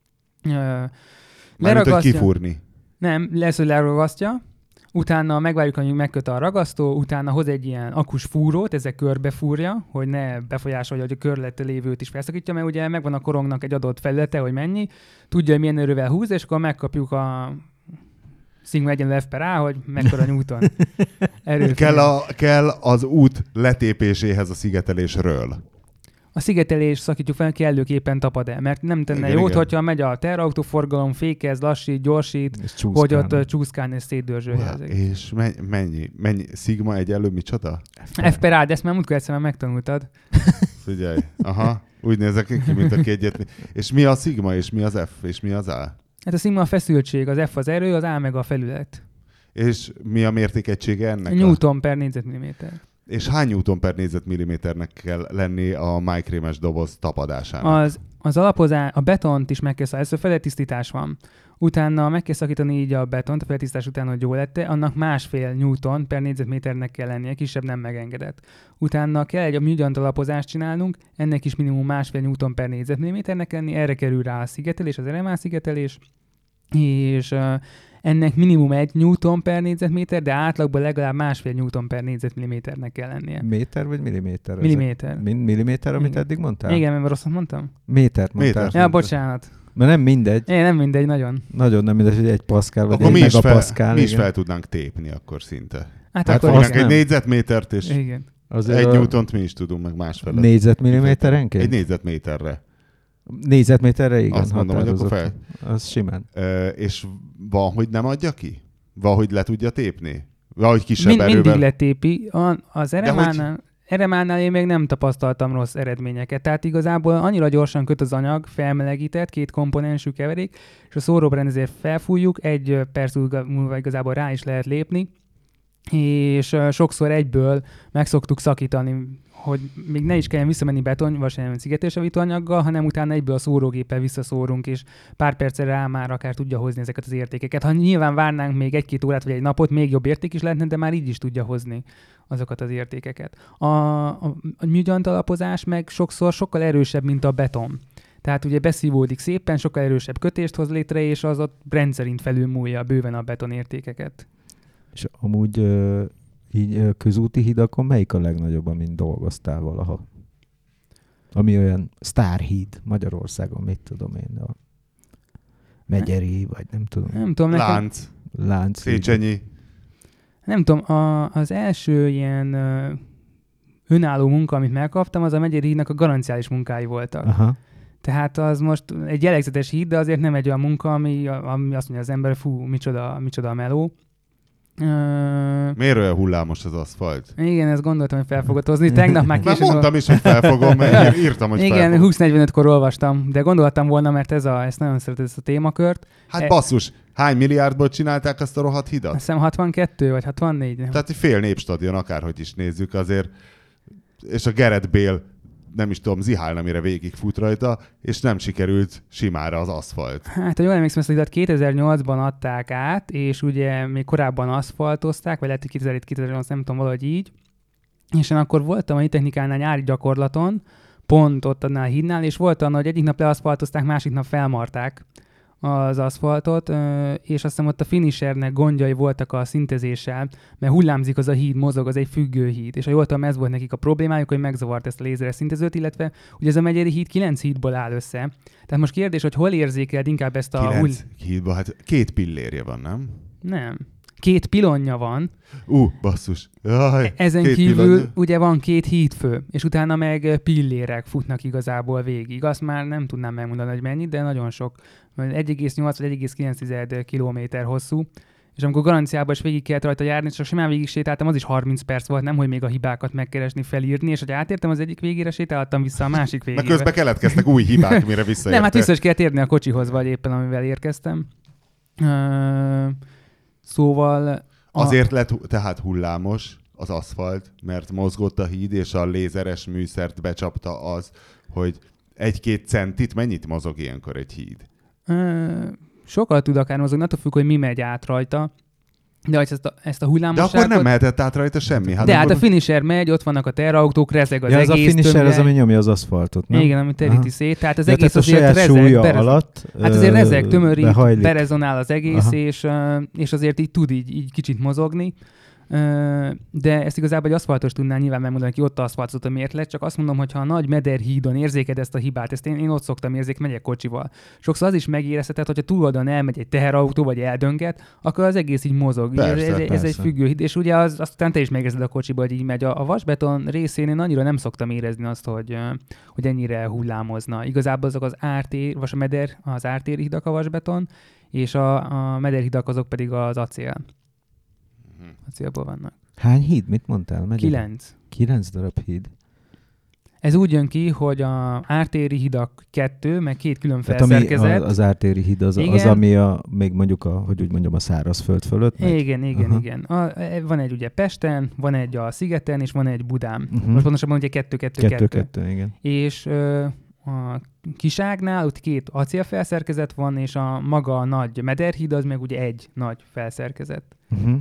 Ö, Mármint, hogy kifúrni. Nem, lesz, hogy leragasztja. Utána megvárjuk, amíg megköt a ragasztó, utána hoz egy ilyen akus fúrót, ezzel körbe fúrja, hogy ne befolyásolja, hogy a körülete lévőt is felszakítja, mert ugye megvan a korongnak egy adott felülete, hogy mennyi, tudja, hogy milyen erővel húz, és akkor megkapjuk a Sigma egyenlő F per A, hogy mekkora Newton erőt. Kell, a, kell az út letépéséhez a szigetelésről. A szigetelés szakítjuk fel, kellőképpen tapad el, mert nem tenne igen, jót, igen. hogyha megy a terautóforgalom, fékez, lassít, gyorsít, hogy ott uh, csúszkálni és szétdörzsölje. Wow, és mennyi, mennyi, mennyi Sigma egyenlő micsoda? F per A, de ezt már múltkor egyszer már megtanultad. Figyelj, aha, úgy nézek ki, mint a kétgyet. És mi a Sigma, és mi az F, és mi az A? Hát a Sigma a feszültség, az F az erő, az A meg a felület. És mi a mértékegysége ennek? Newton a... per négyzetmilliméter. És hány Newton per négyzetmilliméternek kell lenni a májkrémes doboz tapadásának? Az, az alapozás, a betont is meg kell szakítani, ez a feletisztítás van. Utána meg kell szakítani így a betont, a feletisztítás után, hogy jó lett, annak másfél Newton per négyzetméternek kell lennie, kisebb nem megengedett. Utána kell egy műgyant alapozást csinálnunk, ennek is minimum másfél Newton per négyzetmilliméternek lenni, erre kerül rá a szigetelés, az eremár szigetelés, és uh, ennek minimum egy Newton per négyzetméter, de átlagban legalább másfél Newton per négyzetmilliméternek kell lennie. Méter vagy milliméter? Milliméter. Min- milliméter, amit Igen. eddig mondtál? Igen, mert rosszat mondtam? Métert mondtál. Méter. Ja, bocsánat. Mert nem mindegy. É, nem mindegy, nagyon. Nagyon nem mindegy, hogy egy paszkál vagy Akkor egy mi is, fel, megapaszkál. mi is igen. fel tudnánk tépni akkor szinte. Hát, Hát akkor azt Fognak egy nem. négyzetmétert, és igen. Azért egy a Newtont mi is tudunk, meg másfele. négyzetmilliméterenként? Egy négyzetméterre. Négyzetméterre, igen, Azt mondom, hogy akkor határozott. Az simán. Ö, és van, hogy nem adja ki? Van, hogy le tudja tépni? Van, hogy kisebb Mind, erővel? mindig letépi. A, az hogy- eremánál, eremánál én még nem tapasztaltam rossz eredményeket. Tehát igazából annyira gyorsan köt az anyag, felmelegített, két komponensű keverék, és a szóróbrendezést felfújjuk, egy perc múlva igazából rá is lehet lépni, és uh, sokszor egyből meg szoktuk szakítani, hogy még ne is kelljen visszamenni beton, vagy sem szigetésavító anyaggal, hanem utána egyből a szórógéppel visszaszórunk, és pár percre rá már akár tudja hozni ezeket az értékeket. Ha nyilván várnánk még egy-két órát vagy egy napot, még jobb érték is lehetne, de már így is tudja hozni azokat az értékeket. A, a, a műgyant alapozás meg sokszor sokkal erősebb, mint a beton. Tehát ugye beszívódik szépen, sokkal erősebb kötést hoz létre, és az ott rendszerint felülmúlja bőven a beton értékeket. És amúgy ö, így ö, közúti hídakon melyik a legnagyobb, amin dolgoztál valaha? Ami olyan sztárhíd Magyarországon, mit tudom én, a Megyeri, vagy nem tudom. Nem tudom, nekem, Lánc, Lánc. Széchenyi. nem tudom a, az első ilyen ö, önálló munka, amit megkaptam, az a Megyeri hídnak a garanciális munkái voltak. Aha. Tehát az most egy jellegzetes híd, de azért nem egy olyan munka, ami, ami azt mondja az ember, fú, micsoda, micsoda a meló. Uh, Miért olyan hullámos az aszfalt? igen, ezt gondoltam, hogy fel fogod hozni. Tegnap már később... Már mondtam is, hogy felfogom, mert írtam, hogy igen, felfogom. húsz negyvenötkor olvastam, de gondoltam volna, mert ez a, ezt nagyon szeretem ezt a témakört. Hát basszus, hány milliárdból csinálták azt a rohadt hidat? Azt hiszem hatvankettő vagy hatvannégy. Nem? Tehát egy fél népstadion, akárhogy is nézzük azért, és a Gareth Bale nem is tudom, zihálna, mire végig fut rajta, és nem sikerült simára az aszfalt. Hát, ha jól emlékszem, ezt a hidat kétezer-nyolcban adták át, és ugye még korábban aszfaltozták, vagy lehet, hogy kétezer-hét kétezer-nyolc, nem tudom, valahogy így. És én akkor voltam a hitechnikánál nyári gyakorlaton, pont ott annál a hídnál, és volt annak, hogy egyik nap leaszfaltozták, másik nap felmarták az aszfaltot, és azt hiszem ott a finishernek gondjai voltak a szintezéssel, mert hullámzik az a híd, mozog, az egy függő híd, és ha jól tudom, ez volt nekik a problémájuk, hogy megzavart ezt a lézeres szintezőt, illetve ugye ez a Megyeri híd kilenc hídból áll össze. Tehát most kérdés, hogy hol érzékeld inkább ezt a... Kilenc hull... hídban, hát két pillérje van, nem? Nem. Két pilonja van. Ú, uh, basszus. Jaj, Ezen két kívül pillanja. ugye van két hídfő, és utána meg pillérek futnak igazából végig. Azt már nem tudnám megmondani, hogy mennyit, de nagyon sok. egy egész nyolc vagy egy egész kilenc kilométer hosszú. És amikor garanciában is végig kellett rajta járni, csak simán végig sétáltam, az is harminc perc volt, nem, hogy még a hibákat megkeresni, felírni, és hogy átértem az egyik végére, sétáltam vissza a másik végére. Meg közben keletkeztek új hibák, mire visszaérte. Nem, hát vissza is kellett érni a kocsihoz, vagy éppen amivel érkeztem. Uh, szóval... A... Azért lett tehát hullámos az aszfalt, mert mozgott a híd, és a lézeres műszert becsapta az, hogy egy-két centit mennyit mozog ilyenkor egy híd? Uh, sokkal tud akár mozogni, attól függ, hogy mi megy át rajta. De hogy ezt a, ezt a hullámosságot... De akkor nem mehetett át rajta semmi. Hát de hát a finisher megy, ott vannak a terautók, rezeg az ja, egész. Ez a finisher tömeg. az, ami nyomja az aszfaltot, nem? Igen, ami teríti szét. Tehát az ja, egész tehát azért rezeg. Berez... alatt, hát azért rezeg, tömörít, behajlik. berezonál az egész, és, és azért így tud így, így kicsit mozogni. De ezt igazából egy aszfaltos tudnál nyilván megmondani, hogy ott aszfaltozott, miért lett, csak azt mondom, hogy ha a nagy mederhídon érzéked ezt a hibát, ezt én, én ott szoktam érzék, megyek kocsival. Sokszor az is megérezheted, hogyha túloldalon elmegy egy teherautó, vagy eldönget, akkor az egész így mozog. Persze, ez, ez, persze. ez egy függő híd, és ugye az, aztán te is megérzed a kocsiba, hogy így megy. A, a vasbeton részén én annyira nem szoktam érezni azt, hogy, hogy ennyire hullámozna. Igazából azok az ártér, vagy a meder, az ártérhidak a vasbeton, és a, a mederhidak azok pedig az acél. Acélból vannak. Hány híd? Mit mondtál? Megyek? Kilenc. Kilenc darab híd. Ez úgy jön ki, hogy a ártéri hidak kettő, meg két külön Tehát ami felszerkezet. a, az ártéri híd az, az, ami a, még mondjuk a, hogy úgy mondjam, a szárazföld fölött megy? Igen, igen, Aha. igen. A, van egy ugye Pesten, van egy a Szigeten, és van egy Budán. Uh-huh. Most pontosabban ugye kettő, kettő, Kettő, kettő. kettő, igen. És ö, a Kiságnál ott két acélfelszerkezet van, és a maga a nagy mederhíd az meg ugye egy nagy felszerkezet. Uh-huh.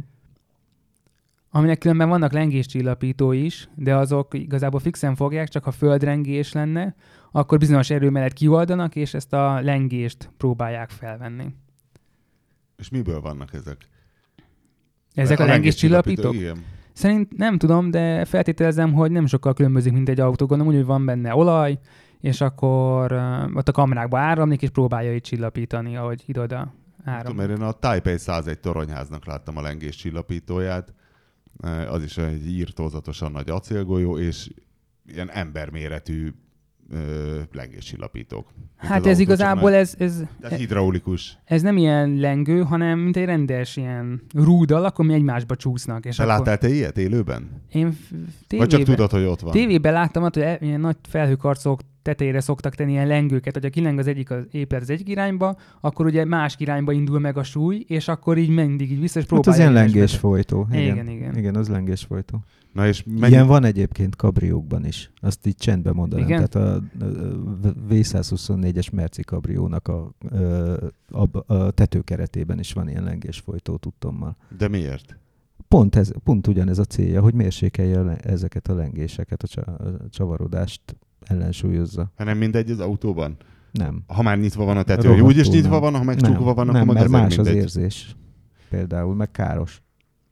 Aminek különben vannak lengéscsillapító is, de azok igazából fixen fogják, csak ha földrengés lenne, akkor bizonyos erő mellett kioldanak, és ezt a lengést próbálják felvenni. És miből vannak ezek? Ezek a, a lengéscsillapítók? Igen. Szerint nem tudom, de feltételezem, hogy nem sokkal különbözik, mint egy autó. Gondolom, úgy, hogy van benne olaj, és akkor uh, ott a kamerákba áramlik, és próbálja így csillapítani, ahogy ide-oda áram. Tudom, mert én a Taipei százegy toronyháznak láttam a lengés csillapítóját. Az is egy írtózatosan nagy acélgolyó, és ilyen emberméretű ö, lengéscsillapítók. Hát ez igazából ez, ez, ez hidraulikus. Ez nem ilyen lengő, hanem mint egy rendes ilyen rúd alak, ami egymásba csúsznak. És te akkor... láttál te ilyet élőben? Én tévében, vagy csak tudod, hogy ott van? Tévében láttam, hogy ilyen nagy felhőkarcok tetejére szoktak tenni ilyen lengőket, hogy a kileng az egyik az épület az egyik irányba, akkor ugye más irányba indul meg a súly, és akkor így mindig így vissza, és próbálja. Hát az ilyen lengésfolytó. Igen, igen, igen. Igen, az lengésfolytó. Na és mennyi... Ilyen van egyébként kabriókban is. Azt így csendben mondanám. Igen? Tehát a, a vé százhuszonnégyes Merci kabriónak a, a, a tetőkeretében is van ilyen lengésfolytó tudtommal. De miért? Pont, ez, pont ugyanez a célja, hogy mérsékelje ezeket a lengéseket, a, csa, a csavarodást ellensúlyozza. Ha nem mindegy az autóban? Nem. Ha már nyitva van a tető, hogy úgyis nyitva van, ha meg csukva van, nem, akkor meg mert azért más mindegy. az érzés. Például, meg káros.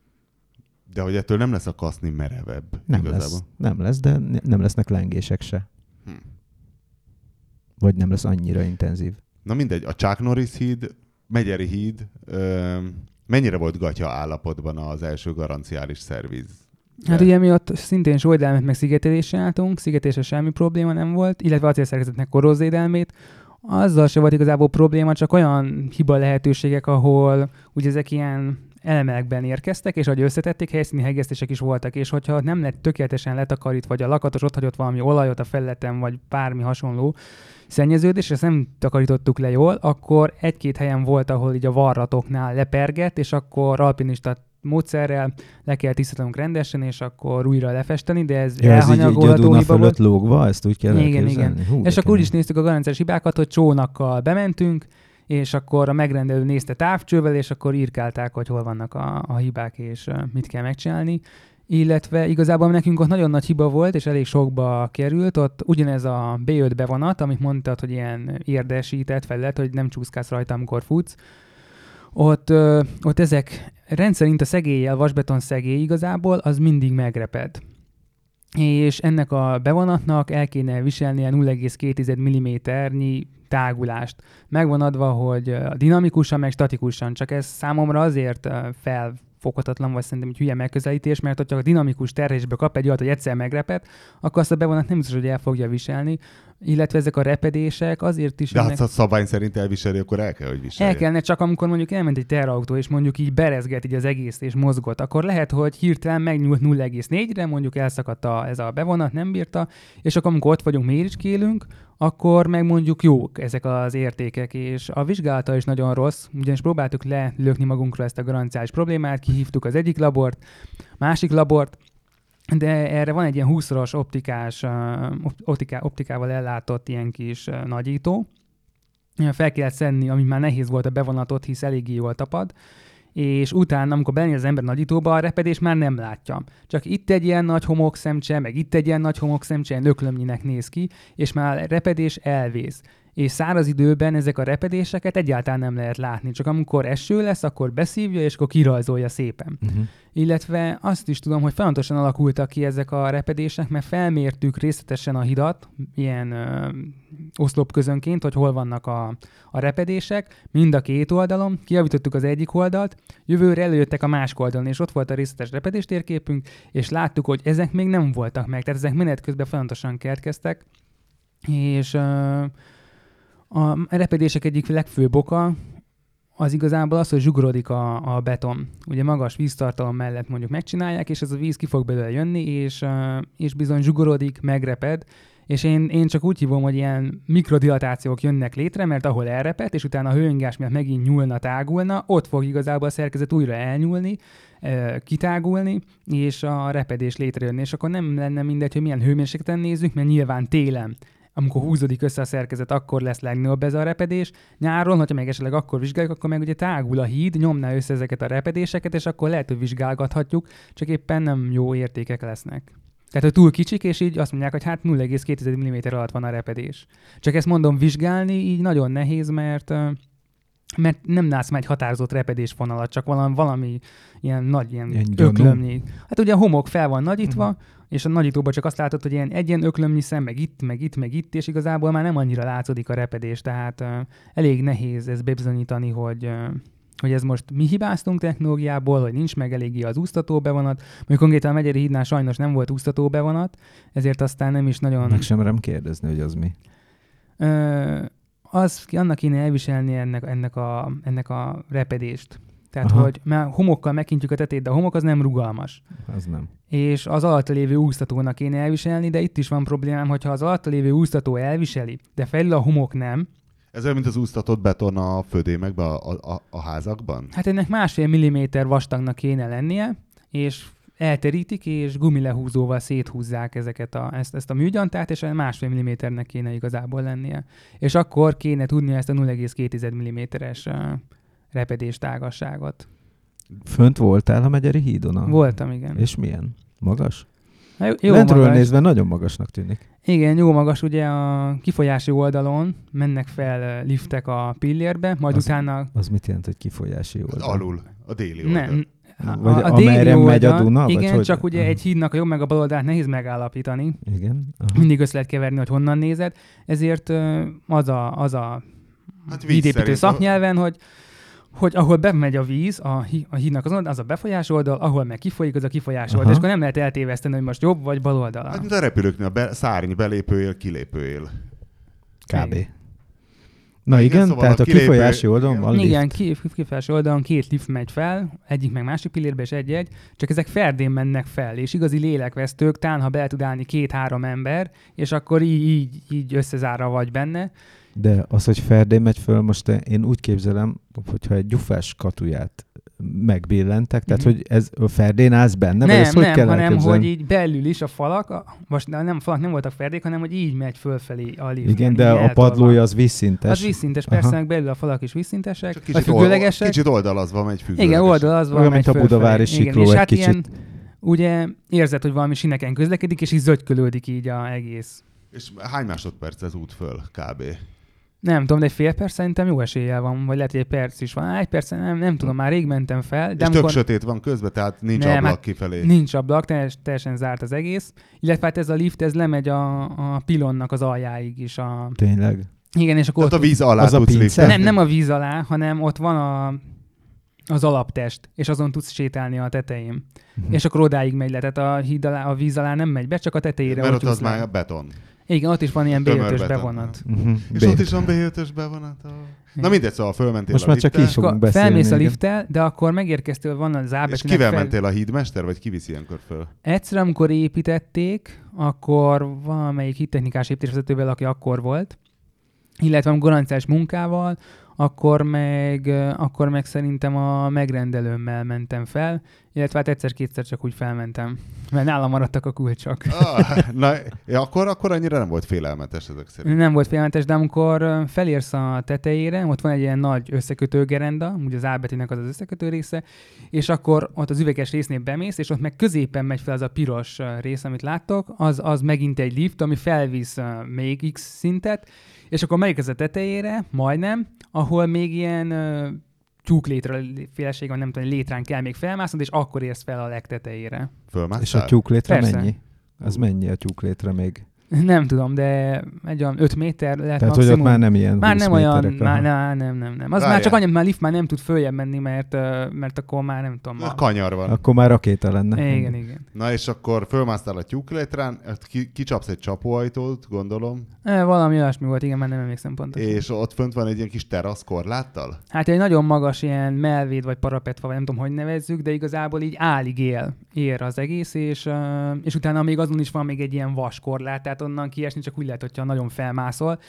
De hogy ettől nem lesz a kaszni merevebb. Nem igazából. lesz, nem lesz, de nem lesznek lengések se. Hm. Vagy nem lesz annyira intenzív. Na mindegy, a Chuck Norris híd, Megyeri híd, ö, mennyire volt gatya állapotban az első garanciális szerviz Hát ugye mi ott szintén sóvédelmet meg szigetelésre álltunk, szigetélésre semmi probléma nem volt, illetve acélszerkezetnek korrózvédelmét. Azzal se volt igazából probléma, csak olyan hiba lehetőségek, ahol ugye ezek ilyen elemelekben érkeztek, és ahogy összetették, helyszíni hegesztések is voltak, és hogyha nem lett tökéletesen letakarítva, vagy a lakatos ott hagyott valami olajot a felületen, vagy bármi hasonló szennyeződés, és ezt nem takarítottuk le jól, akkor egy-két helyen volt, ahol így a varratoknál lepergett, és akkor alpinista módszerrel le kell tisztítanunk rendesen, és akkor újra lefesteni, de ez ja, elhanyagolható hiba volt. lógva, ezt úgy kell igen, igen. Hú, és akkor úgy is néztük a garanciás hibákat, hogy csónakkal bementünk, és akkor a megrendelő nézte távcsővel, és akkor írkálták, hogy hol vannak a, a hibák, és uh, mit kell megcsinálni. Illetve igazából nekünk ott nagyon nagy hiba volt, és elég sokba került, ott ugyanez a bé öt bevonat, amit mondtad, hogy ilyen érdesített felület, hogy nem csúszkálsz rajta, amikor futsz. Ott, ö, ott ezek rendszerint a szegéllyel, vasbeton szegély igazából, az mindig megreped. És ennek a bevonatnak el kéne viselnie nulla egész két milliméternyi tágulást. Megvan adva, hogy dinamikusan, meg statikusan, csak ez számomra azért felfoghatatlan, vagy szerintem egy hülye megközelítés, mert hogyha a dinamikus terhésbe kap egy olyat, hogy egyszer megreped, akkor azt a bevonat nem biztos, hogy el fogja viselni. Illetve ezek a repedések azért is... De ennek... hát a szabvány szerint elviseli, akkor el kell, hogy viselje. El kellene, csak amikor mondjuk elment egy teherautó, és mondjuk így berezget így az egész, és mozgott, akkor lehet, hogy hirtelen megnyúlt nulla egész négyre, mondjuk elszakadt a, ez a bevonat, nem bírta, és akkor amikor ott vagyunk, méricskélünk, akkor meg mondjuk jók ezek az értékek, és a vizsgálata is nagyon rossz, ugyanis próbáltuk lelökni magunkra ezt a garanciális problémát, kihívtuk az egyik labort, másik labort, de erre van egy ilyen húszszoros optikás, optiká, optikával ellátott ilyen kis nagyító. Fel kellett szedni, ami már nehéz volt a bevonatot, hisz eléggé jól tapad, és utána, amikor benéz az ember nagyítóba, a repedés már nem látja. Csak itt egy ilyen nagy homokszemcse, meg itt egy ilyen nagy homokszemcse, ilyen öklömnyinek néz ki, és már a repedés elvész. És száraz időben ezek a repedéseket egyáltalán nem lehet látni. Csak amikor eső lesz, akkor beszívja, és akkor kirajzolja szépen. Uh-huh. Illetve azt is tudom, hogy folyamatosan alakultak ki ezek a repedések, mert felmértük részletesen a hidat, ilyen ö, oszlopközönként, hogy hol vannak a, a repedések, mind a két oldalon, kijavítottuk az egyik oldalt, jövőre előjöttek a másik oldalon, és ott volt a részletes repedéstérképünk, és láttuk, hogy ezek még nem voltak meg, tehát ezek menet közben folyamatosan keletkeztek, és... Ö, A repedések egyik legfőbb oka az igazából az, hogy zsugorodik a, a beton. Ugye magas víztartalom mellett mondjuk megcsinálják, és ez a víz ki fog belőle jönni, és, és bizony zsugorodik, megreped, és én, én csak úgy hívom, hogy ilyen mikrodilatációk jönnek létre, mert ahol elreped, és utána a hőingás miatt megint nyúlna, tágulna, ott fog igazából a szerkezet újra elnyúlni, kitágulni, és a repedés létrejönni. És akkor nem lenne mindegy, hogy milyen hőmérsékleten nézzük, mert nyilván télen, amikor húzódik össze a szerkezet, akkor lesz legnagyobb ez a repedés. Nyáron, hogyha meg esetleg akkor vizsgáljuk, akkor meg ugye tágul a híd, nyomná össze ezeket a repedéseket, és akkor lehet, hogy vizsgálgathatjuk, csak éppen nem jó értékek lesznek. Tehát, hogy túl kicsik, és így azt mondják, hogy hát nulla egész két milliméter alatt van a repedés. Csak ezt mondom, vizsgálni így nagyon nehéz, mert, mert nem látsz már egy határozott repedésvonalat, csak valami, valami ilyen nagy, ilyen, ilyen öklömnyi. Hát ugye a homok fel van nagyítva, uh-huh. és a nagyítóban csak azt látod, hogy ilyen egy ilyen öklömnyi szem, meg itt, meg itt, meg itt, és igazából már nem annyira látszódik a repedés, tehát uh, elég nehéz ezt bebizonyítani, hogy, uh, hogy ez most mi hibáztunk technológiából, hogy nincs meg eléggé az úsztató bevonat. Mondjuk konkrétan a Megyeri hídnál sajnos nem volt úsztató bevonat, ezért aztán nem is nagyon... Meg sem merem kérdezni, hogy az mi. Uh, az, annak kéne elviselni ennek, ennek, a, ennek a repedést. Tehát, aha. hogy már homokkal megkintjük a tetét, de a homok az nem rugalmas. Az nem. És az alatta lévő úsztatónak kéne elviselni, de itt is van problémám, hogyha az alatta lévő úsztató elviseli, de felül a homok nem. Ez olyan, mint az úsztatott beton a födémekben, a, a, a házakban? Hát ennek másfél milliméter vastagnak kéne lennie, és elterítik, és gumilehúzóval széthúzzák ezeket a, ezt, ezt a műgyantát, és másfél milliméternek kéne igazából lennie. És akkor kéne tudni ezt a nulla egész két milliméteres repedés tágasságot. Fönt voltál a Megyeri hídon? A... Voltam, igen. És milyen? Magas? Na, jó, jó Lentről magas. nézve nagyon magasnak tűnik. Igen, jó magas, ugye a kifolyási oldalon mennek fel liftek a pillérbe, majd az, utána... Az mit jelent, hogy kifolyási oldal? Alul, a déli oldal. Nem. A, vagy a, a déli oldal, megy a Duna? Igen, vagy csak hogy? ugye egy hídnak a jobb meg a bal oldalát nehéz megállapítani. Igen. Aha. Mindig össze lehet keverni, hogy honnan nézed. Ezért az a, az a hát hídépítő szaknyelven, hogy hogy ahol bemegy a víz, a, hí, a hídnak azon, az a befolyás oldal, ahol meg kifolyik, az a kifolyás oldal. És akkor nem lehet eltéveszteni, hogy most jobb vagy bal oldala. Hát, mint a repülőknél a be, szárny belépőél, kilépőél. Kb. Na igen, igen szóval tehát a, a kifolyási oldalon van lift. Igen, kifolyási oldalon két lift megy fel, egyik meg másik pillérbe, és egy-egy, csak ezek ferdén mennek fel, és igazi lélekvesztők, tán, ha be tud állni két-három ember, és akkor így, így, így összezárva vagy benne. De az, hogy ferdén megy föl, most én úgy képzelem, hogyha egy gyufás katuját megbillentek, tehát mm-hmm. hogy ez a ferdén állsz benne, nem, vagy ezt nem, hogy kell hanem elképzelni? hogy így belül is a falak, most nem falak nem voltak ferdék, hanem hogy így megy fölfelé a lift. Igen, de a padlója az vízszintes. Az vízszintes, persze, meg belül a falak is vízszintesek, csak kicsit, függőlegesek. Kicsit oldalazva megy függőleges. Igen, oldalazva olyan, megy mint a Budavári sikló igen, és egy hát kicsit. Ilyen, ugye érzed, hogy valami sineken közlekedik, és így zögykölődik így a egész. És hány másodperc ez út föl kb? Nem tudom, de egy fél perc szerintem jó eséllyel van, vagy lehet, hogy egy perc is van. Egy perc, nem, nem tudom, már rég mentem fel. De és amikor... tök sötét van közben, tehát nincs nem, ablak hát kifelé. Nincs ablak, teljesen zárt az egész. Illetve hát ez a lift, ez lemegy a, a pilonnak az aljáig is. A... Tényleg? Igen, és akkor tehát ott a víz alá tudsz liftezni? Nem, nem a víz alá, hanem ott van a, az alaptest, és azon tudsz sétálni a tetején. Uh-huh. És akkor odáig megy le, tehát a, híd alá, a víz alá nem megy be, csak a tetejére. Mert ott az le. már a beton. Igen, ott is van ilyen bé ötös bevonat. Uh-huh. És ott is van bé ötös bevonat. Oh. Na mindegy, szóval fölmentél most a liften. Most már csak így fogunk beszélni. Felmész a lifttel, de akkor megérkeztél, van az ábetűnek. És kivel fel... mentél, a hídmester, vagy ki viszi ilyenkor föl? Egyszer, amikor építették, akkor valamelyik hídtechnikás építésvezetővel, aki akkor volt, illetve garanciás munkával, akkor meg, akkor meg szerintem a megrendelőmmel mentem fel, illetve hát egyszer-kétszer csak úgy felmentem, mert nálam maradtak a kulcsok. Ah, na, ja, akkor, akkor annyira nem volt félelmetes ezek szerint. Nem volt félelmetes, de amikor felérsz a tetejére, ott van egy ilyen nagy összekötő gerenda, ugye az ábetűnek az az összekötő része, és akkor ott az üveges résznél bemész, és ott meg középen megy fel az a piros rész, amit láttok, az, az megint egy lift, ami felvisz még X szintet, és akkor megyek ez a tetejére, majdnem, ahol még ilyen uh, tyúklétre féleség van, nem tudom, létrán kell még felmásznod, és akkor érsz fel a legtetejére. Fölmásztál? És a tyúklétre Persze. mennyi? Az mennyi a tyúklétre még? Nem tudom, de egy olyan öt méter lehet tehát, maximum. hogy ott már nem ilyen már nem olyan, méterek, már, nem, nem, nem, nem. Az Várjál. már csak annyi, már lift már nem tud följebb menni, mert, mert akkor már nem tudom. A kanyar van. Akkor már rakéta lenne. Igen, igen. Na és akkor fölmásztál a tyúklétrán, ki, kicsapsz egy csapóajtót, gondolom. E, valami olyasmi volt, igen, már nem emlékszem pontosan. És ott fönt van egy ilyen kis terasz korláttal? Hát egy nagyon magas ilyen melvéd, vagy parapetfa, vagy nem tudom, hogy nevezzük, de igazából így álig él, ér az egész, és, és utána még azon is van még egy ilyen vaskorlát, tehát onnan kiesni csak úgy lehet, hogyha nagyon felmászol.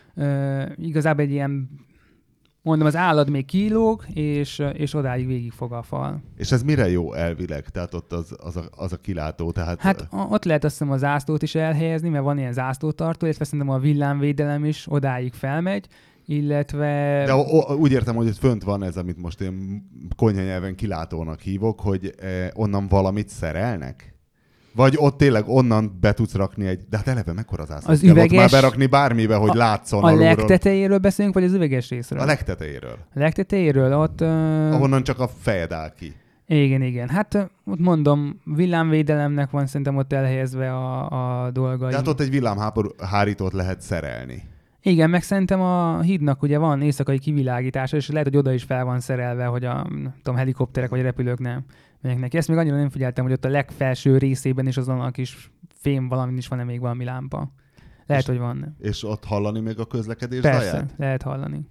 Uh, igazából egy ilyen, mondom, az állat még kilóg, és, és odáig végig fog a fal. És ez mire jó elvileg? Tehát ott az, az, a, az a kilátó, tehát... Hát ott lehet azt hiszem a zászlót is elhelyezni, mert van ilyen zászlótartó, illetve szerintem a villámvédelem is odáig felmegy, illetve... De o, úgy értem, hogy ott fönt van ez, amit most én konyhanyelven kilátónak hívok, hogy eh, onnan valamit szerelnek? Vagy ott tényleg onnan be tudsz rakni egy... De hát eleve mekkora zászlót az kell üveges... ott már berakni bármibe, hogy látszon a alulról. A legtetejéről beszélünk, vagy az üveges részről? A legtetejéről. A legtetejéről, ott... Uh... Ahonnan csak a fejed áll ki. Igen, igen. Hát ott mondom, villámvédelemnek van szerintem ott elhelyezve a, a dolgai. Tehát ott egy villámhárítót lehet szerelni. Igen, meg szerintem a hídnak ugye van éjszakai kivilágítása, és lehet, hogy oda is fel van szerelve, hogy a nem tudom, helikopterek vagy repülők nem menjek neki. Ezt még annyira nem figyeltem, hogy ott a legfelső részében is azon a kis fém valami is van-e még valami lámpa. Lehet, és, hogy van. És ott hallani még a közlekedés Persze, zaját? lehet hallani.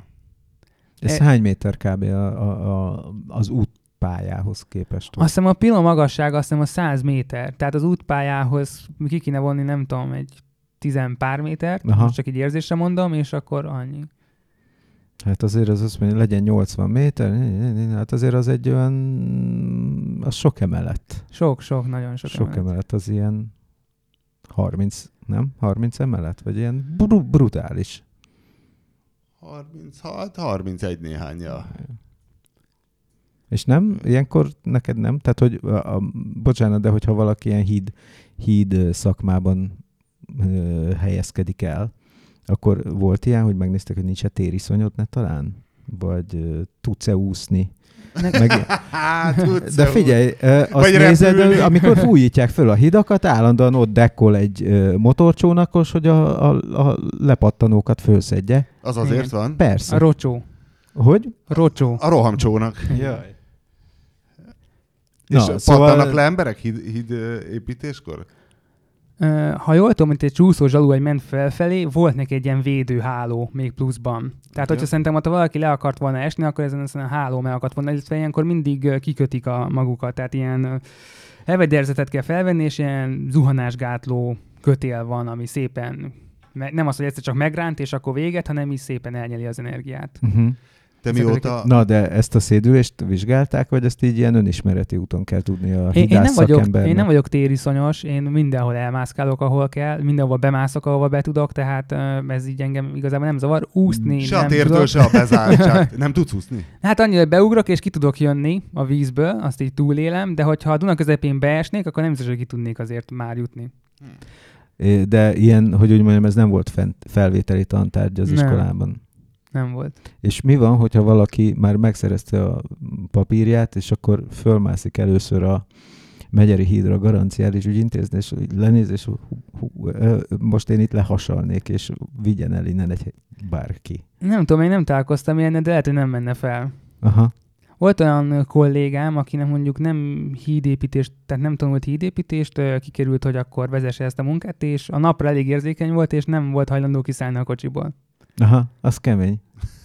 Ez e... hány méter kb. A, a, a, az útpályához képest? Azt hiszem a pillanat magassága azt hiszem a száz méter. Tehát az útpályához ki kéne vonni, nem tudom, egy tizen pár métert, Aha. most csak így érzésre mondom, és akkor annyi. Hát azért az azt mondja, legyen nyolcvan méter, hát azért az egy olyan, az sok emelet. Sok, sok, nagyon sok, sok emelet. Sok emelet, az ilyen harminc, nem? harminc emelet? Vagy ilyen br- brutális. harminchat, harmincegy néhány, ja. És nem? Ilyenkor neked nem? Tehát, hogy, a, a, bocsánat, de hogyha valaki ilyen híd, híd szakmában ö, helyezkedik el, akkor volt ilyen, hogy megnéztek, hogy nincs-e tériszonyod ne talán? Vagy ö, tudsz-e úszni? Meg... De figyelj, azt Vagy nézed, repülni. Amikor fújítják föl a hidakat, állandóan ott dekkol egy ö, motorcsónakos, hogy a, a, a lepattanókat fölszedje. Az azért van? Persze. A rocsó. Hogy? Rocsó. A rohamcsónak. Jaj. És Na, pattannak szóval... le emberek híd, híd építéskor? Uh, ha jól tudom, mint egy csúszó zsalú, egy ment felfelé, volt neki egy ilyen védőháló még pluszban. Tehát, ja. hogyha szerintem, ha valaki le akart volna esni, akkor ezen a háló meg akart volna, illetve ilyenkor mindig kikötik a magukat. Tehát ilyen hevederzetet kell felvenni, és ilyen zuhanásgátló kötél van, ami szépen, nem az, hogy egyszer csak megránt, és akkor véget, hanem is szépen elnyeli az energiát. Uh-huh. Te mióta... Na, de ezt a szédülést vizsgálták, vagy ezt így ilyen önismereti úton kell tudni a én, én, nem vagyok, én nem vagyok tériszonyos, én mindenhol elmászkálok, ahol kell, mindenhol bemászok, ahova be tudok, tehát ez így engem igazából nem zavar. Úszni se nem a tértől, tudok. se a bezártság. Nem tudsz úszni? Hát annyira beugrok, és ki tudok jönni a vízből, azt így túlélem, de hogyha a Duna közepén beesnék, akkor nem biztos, hogy ki tudnék azért már jutni. De ilyen, hogy úgy mondjam, ez nem volt fent, felvételi tantárgy az nem. iskolában. Nem volt. És mi van, hogyha valaki már megszerezte a papírját, és akkor fölmászik először a Megyeri hídra a garanciális ügyintézni, és lenéz, és hú, hú, most én itt lehasalnék, és vigyen el innen egy bárki. Nem tudom, én nem találkoztam ilyennel, de lehet, hogy nem menne fel. Aha. Volt olyan kollégám, akinek mondjuk nem hídépítést, tehát nem tanult hídépítést, kikerült, hogy akkor vezesse ezt a munkát, és a napra elég érzékeny volt, és nem volt hajlandó kiszállni a kocsiból. Aha, az kemény.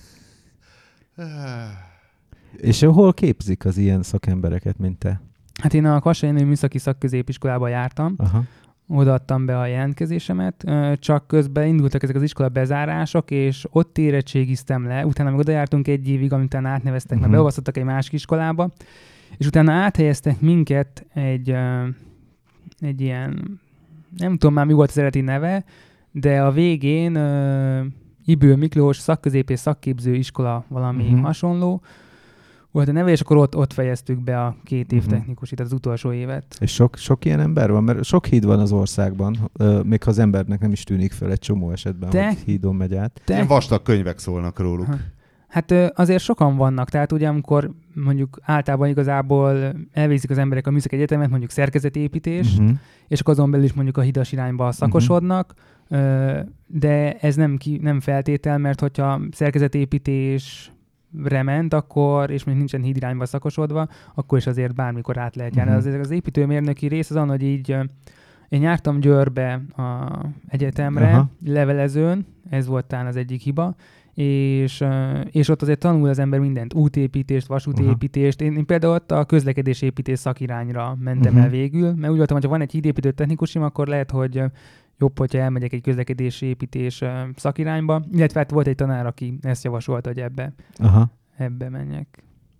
És hol képzik az ilyen szakembereket, mint te? Hát én a Kassai Műszaki Szakközépiskolába jártam, Aha. odaadtam be a jelentkezésemet, csak közben indultak ezek az iskola bezárások, és ott érettségiztem le, utána meg oda jártunk egy évig, amit átneveztek, uh-huh. mert beolvasztottak egy másik iskolába, és utána áthelyeztek minket egy, egy ilyen, nem tudom már mi volt az eredeti neve, de a végén Ibő Miklós Szakközép és Szakképző iskola valami uh-huh. hasonló volt a neve, és akkor ott, ott fejeztük be a két év uh-huh. technikusit, az utolsó évet. És sok, sok ilyen ember van? Mert sok híd van az országban, uh, még ha az embernek nem is tűnik fel egy csomó esetben, te, hogy hídon megy át. Te... Ilyen vastag könyvek szólnak róluk. Ha. Hát azért sokan vannak, tehát ugye amikor mondjuk általában igazából elvégzik az emberek a műszaki egyetemet, mondjuk szerkezetépítést, uh-huh. és akkor azon belül is mondjuk a hidas irányba szakosodnak, uh-huh. de ez nem, ki, nem feltétel, mert hogyha szerkezetépítés ment, akkor, és még nincsen híd irányba szakosodva, akkor is azért bármikor át lehet járni. Uh-huh. Az, az építőmérnöki rész az, hogy így én jártam Győrbe a egyetemre, uh-huh. levelezőn, ez volt talán az egyik hiba, és, és ott azért tanul az ember mindent, útépítést, vasútépítést. Én, én például ott a közlekedésépítés szakirányra mentem uh-huh. el végül, mert úgy voltam, hogy ha van egy hídépítő technikusim, akkor lehet, hogy jobb, hogyha elmegyek egy közlekedési építés szakirányba, illetve hát volt egy tanár, aki ezt javasolta, hogy ebbe, Aha. ebbe menjek.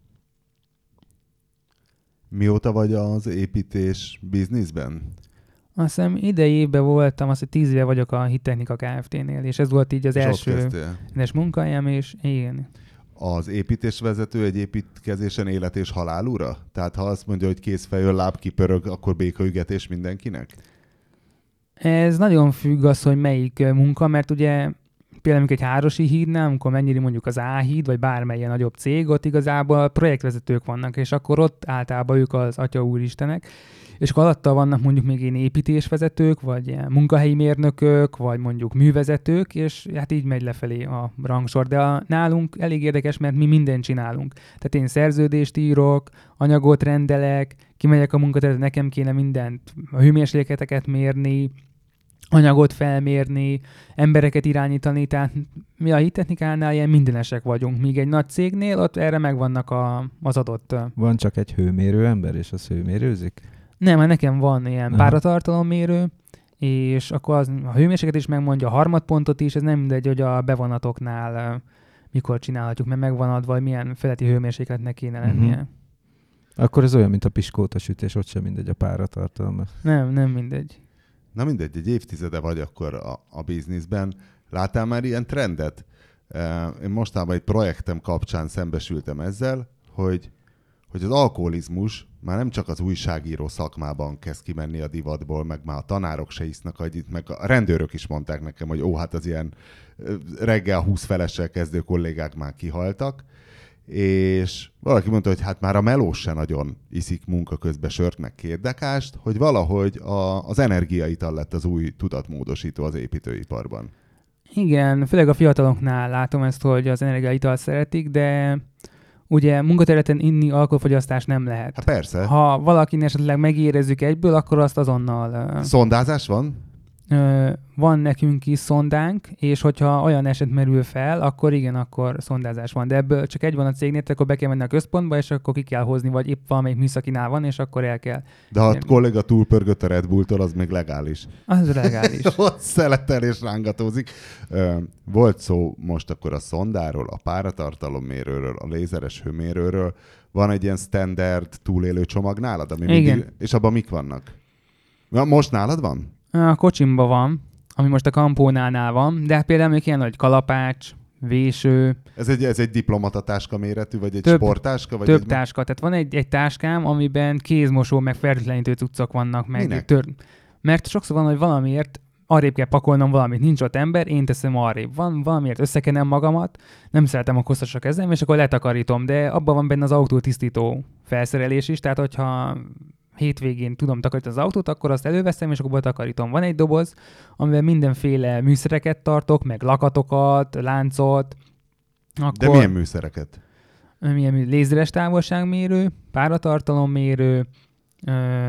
Mióta vagy az építés bizniszben? Azt hiszem idei évben voltam, azt hiszem tíz éve vagyok a Hittechnika Kft-nél, és ez volt így az és első munkahelyem, és igen. Az építésvezető egy építkezésen élet és halál ura? Tehát ha azt mondja, hogy kész fejől láb kipörög, akkor békaügetés mindenkinek? Ez nagyon függ az, hogy melyik munka, mert ugye például egy Hárosi hídnál, amikor mennyire mondjuk az A-híd, vagy bármelyen nagyobb cég, ott igazából projektvezetők vannak, és akkor ott általában ők az atya úristenek, és akkor alatta vannak mondjuk még ilyen építésvezetők, vagy ilyen munkahelyi mérnökök, vagy mondjuk művezetők, és hát így megy lefelé a rangsor. De a, nálunk elég érdekes, mert mi mindent csinálunk. Tehát én szerződést írok, anyagot rendelek, kimegyek a munkaterületre, nekem kéne mindent, a hőmérsékleteket mérni, anyagot felmérni, embereket irányítani, tehát mi a hittechnikánál ilyen mindenesek vagyunk, míg egy nagy cégnél ott erre megvannak a, az adott... Van csak egy hőmérő ember, és az hőmérőzik? Nem, mert nekem van ilyen Aha. páratartalommérő, és akkor az, a hőmérséklet is megmondja, a harmadpontot is, ez nem mindegy, hogy a bevonatoknál mikor csinálhatjuk, mert megvan adva, hogy milyen feletti hőmérsékletnek kéne lennie. Uh-huh. Akkor ez olyan, mint a piskóta sütés, ott sem mindegy a páratartalom. Nem, nem mindegy. Na mindegy, egy évtizede vagy akkor a, a bizniszben. Láttál már ilyen trendet? Én mostában egy projektem kapcsán szembesültem ezzel, hogy, hogy az alkoholizmus már nem csak az újságíró szakmában kezd kimenni a divatból, meg már a tanárok se isznak annyit, meg a rendőrök is mondták nekem, hogy ó, hát az ilyen reggel húsz felessel kezdő kollégák már kihaltak, és valaki mondta, hogy hát már a melós se nagyon iszik munka közben sört meg kérdekást, hogy valahogy a, az energiaital lett az új tudatmódosító az építőiparban. Igen, főleg a fiataloknál látom ezt, hogy az energiaitalt szeretik, de ugye munkaterületen inni alkoholfogyasztás nem lehet. Hát persze. Ha valakin esetleg megérezzük egyből, akkor azt azonnal... Szondázás van? Ö, van nekünk is szondánk, és hogyha olyan eset merül fel, akkor igen, akkor szondázás van. De ebből csak egy van a cégnél, akkor be kell menni a központba, és akkor ki kell hozni, vagy épp valamelyik műszakinál van, és akkor el kell. De ha a kolléga túlpörgött a Red Bulltól, az még legális. Az legális. Ott szeletel és rángatózik. Volt szó most akkor a szondáról, a páratartalommérőről, a lézeres hőmérőről. Van egy ilyen standard túlélő csomag nálad? Ami mindig, és abban mik vannak? Most nálad van? A kocsimban van, ami most a kampónánál van, de hát például még ilyen nagy kalapács, véső. Ez egy, ez egy diplomatatáska méretű, vagy egy több, sporttáska? Vagy több egy... táska. Tehát van egy, egy táskám, amiben kézmosó, meg fertőtlenítő cuccok vannak. Meg tör... Mert sokszor van, hogy valamiért arrébb kell pakolnom valamit, nincs ott ember, én teszem arrébb. Van valamiért összekenem magamat, nem szeretem a koszos a kezem, és akkor letakarítom, de abban van benne az autótisztító felszerelés is, tehát hogyha hétvégén tudom takarítani az autót, akkor azt előveszem, és akkor takarítom. Van egy doboz, amiben mindenféle műszereket tartok, meg lakatokat, láncot. Akkor... De milyen műszereket? Milyen mű... Lézeres távolságmérő, páratartalommérő, ö...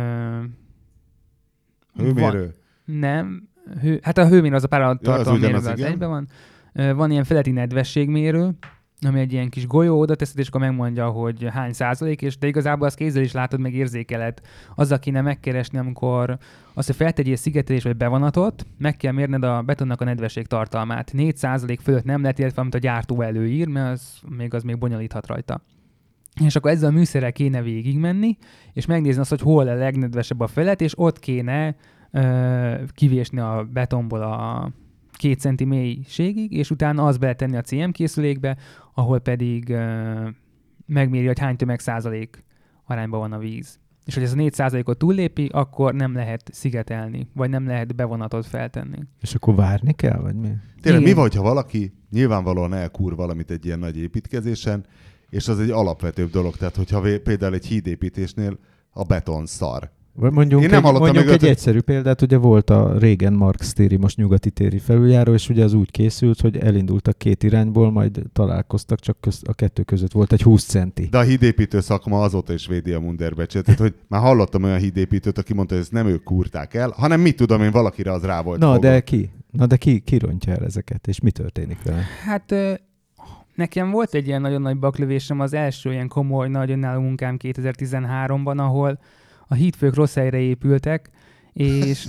hőmérő? Van... Nem. Hő... Hát a hőmérő az a páratartalommérő, ja, az, az egyben van. Van ilyen feletti nedvességmérő, ami egy ilyen kis golyó, oda teszed, és akkor megmondja, hogy hány százalék, és de igazából azt kézzel is látod, meg érzékeled. Azzal kéne megkeresni, amikor azt, hogy feltegyél szigetelés vagy bevonatot, meg kell mérned a betonnak a nedvesség tartalmát. négy százalék fölött nem lehet, illetve amit a gyártó előír, mert az még, az még bonyolíthat rajta. És akkor ezzel a műszerrel kéne végigmenni, és megnézni azt, hogy hol a legnedvesebb a felett, és ott kéne ö, kivésni a betonból a két centi mélységig, és utána azt beletenni a cé em készülékbe, ahol pedig uh, megméri, hogy hány tömeg százalék arányban van a víz. És hogy ez a négy százalékot túllépi, akkor nem lehet szigetelni, vagy nem lehet bevonatot feltenni. És akkor várni kell, vagy mi? Tényleg mi vagy, ha valaki nyilvánvalóan elkúr valamit egy ilyen nagy építkezésen, és az egy alapvetőbb dolog, tehát hogyha például egy hídépítésnél a beton szar. Vagy mondjunk Én nem egy, mondjunk egy öt... egyszerű példát, ugye volt a régen Marx téri, most nyugati téri felüljáró, és ugye az úgy készült, hogy elindultak két irányból, majd találkoztak, csak köz, a kettő között volt egy húsz centi. De a hídépítő szakma azóta is védi a Munderbecset, tehát hogy már hallottam olyan hídépítőt, aki mondta, hogy ezt nem ők kúrták el, hanem mit tudom én, valakire az rá volt Na, fogva. de ki? Na, de ki, ki rontja el ezeket, és mi történik vele? Hát nekem volt egy ilyen nagyon nagy baklövésem, az első ilyen komoly, nagy önálló munkám kétezer-tizenháromban, ahol a hídfők rossz helyre épültek, és...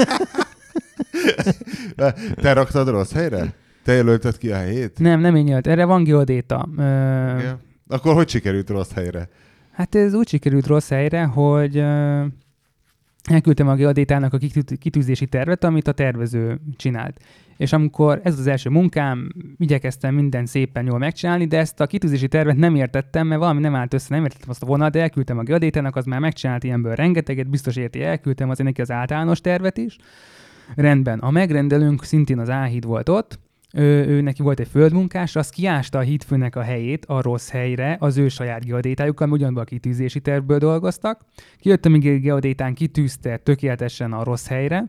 Te raktad rossz helyre? Te jelölted ki a helyét? Nem, nem én jelölt. Erre van geodéta. Ö... Okay. Akkor hogy sikerült rossz helyre? Hát ez úgy sikerült rossz helyre, hogy ö... elküldtem a geodétának a kitűzési tervet, amit a tervező csinált. És amikor ez az első munkám, igyekeztem mindent szépen jól megcsinálni, de ezt a kitűzési tervet nem értettem, mert valami nem állt össze, nem értettem azt a vonalat, de elküldtem a geodétának, az már megcsinált ilyenből rengeteget, biztos érti, elküldtem azért neki az általános tervet is. Rendben. A megrendelőnk szintén az A-híd volt ott, ő, ő neki volt egy földmunkás, az kiásta a hídfőnek a helyét a rossz helyre, az ő saját geodétájukkal, ugyanabban a kitűzési tervből dolgoztak. Kijött, amíg a geodétán kitűzte tökéletesen a rossz helyre,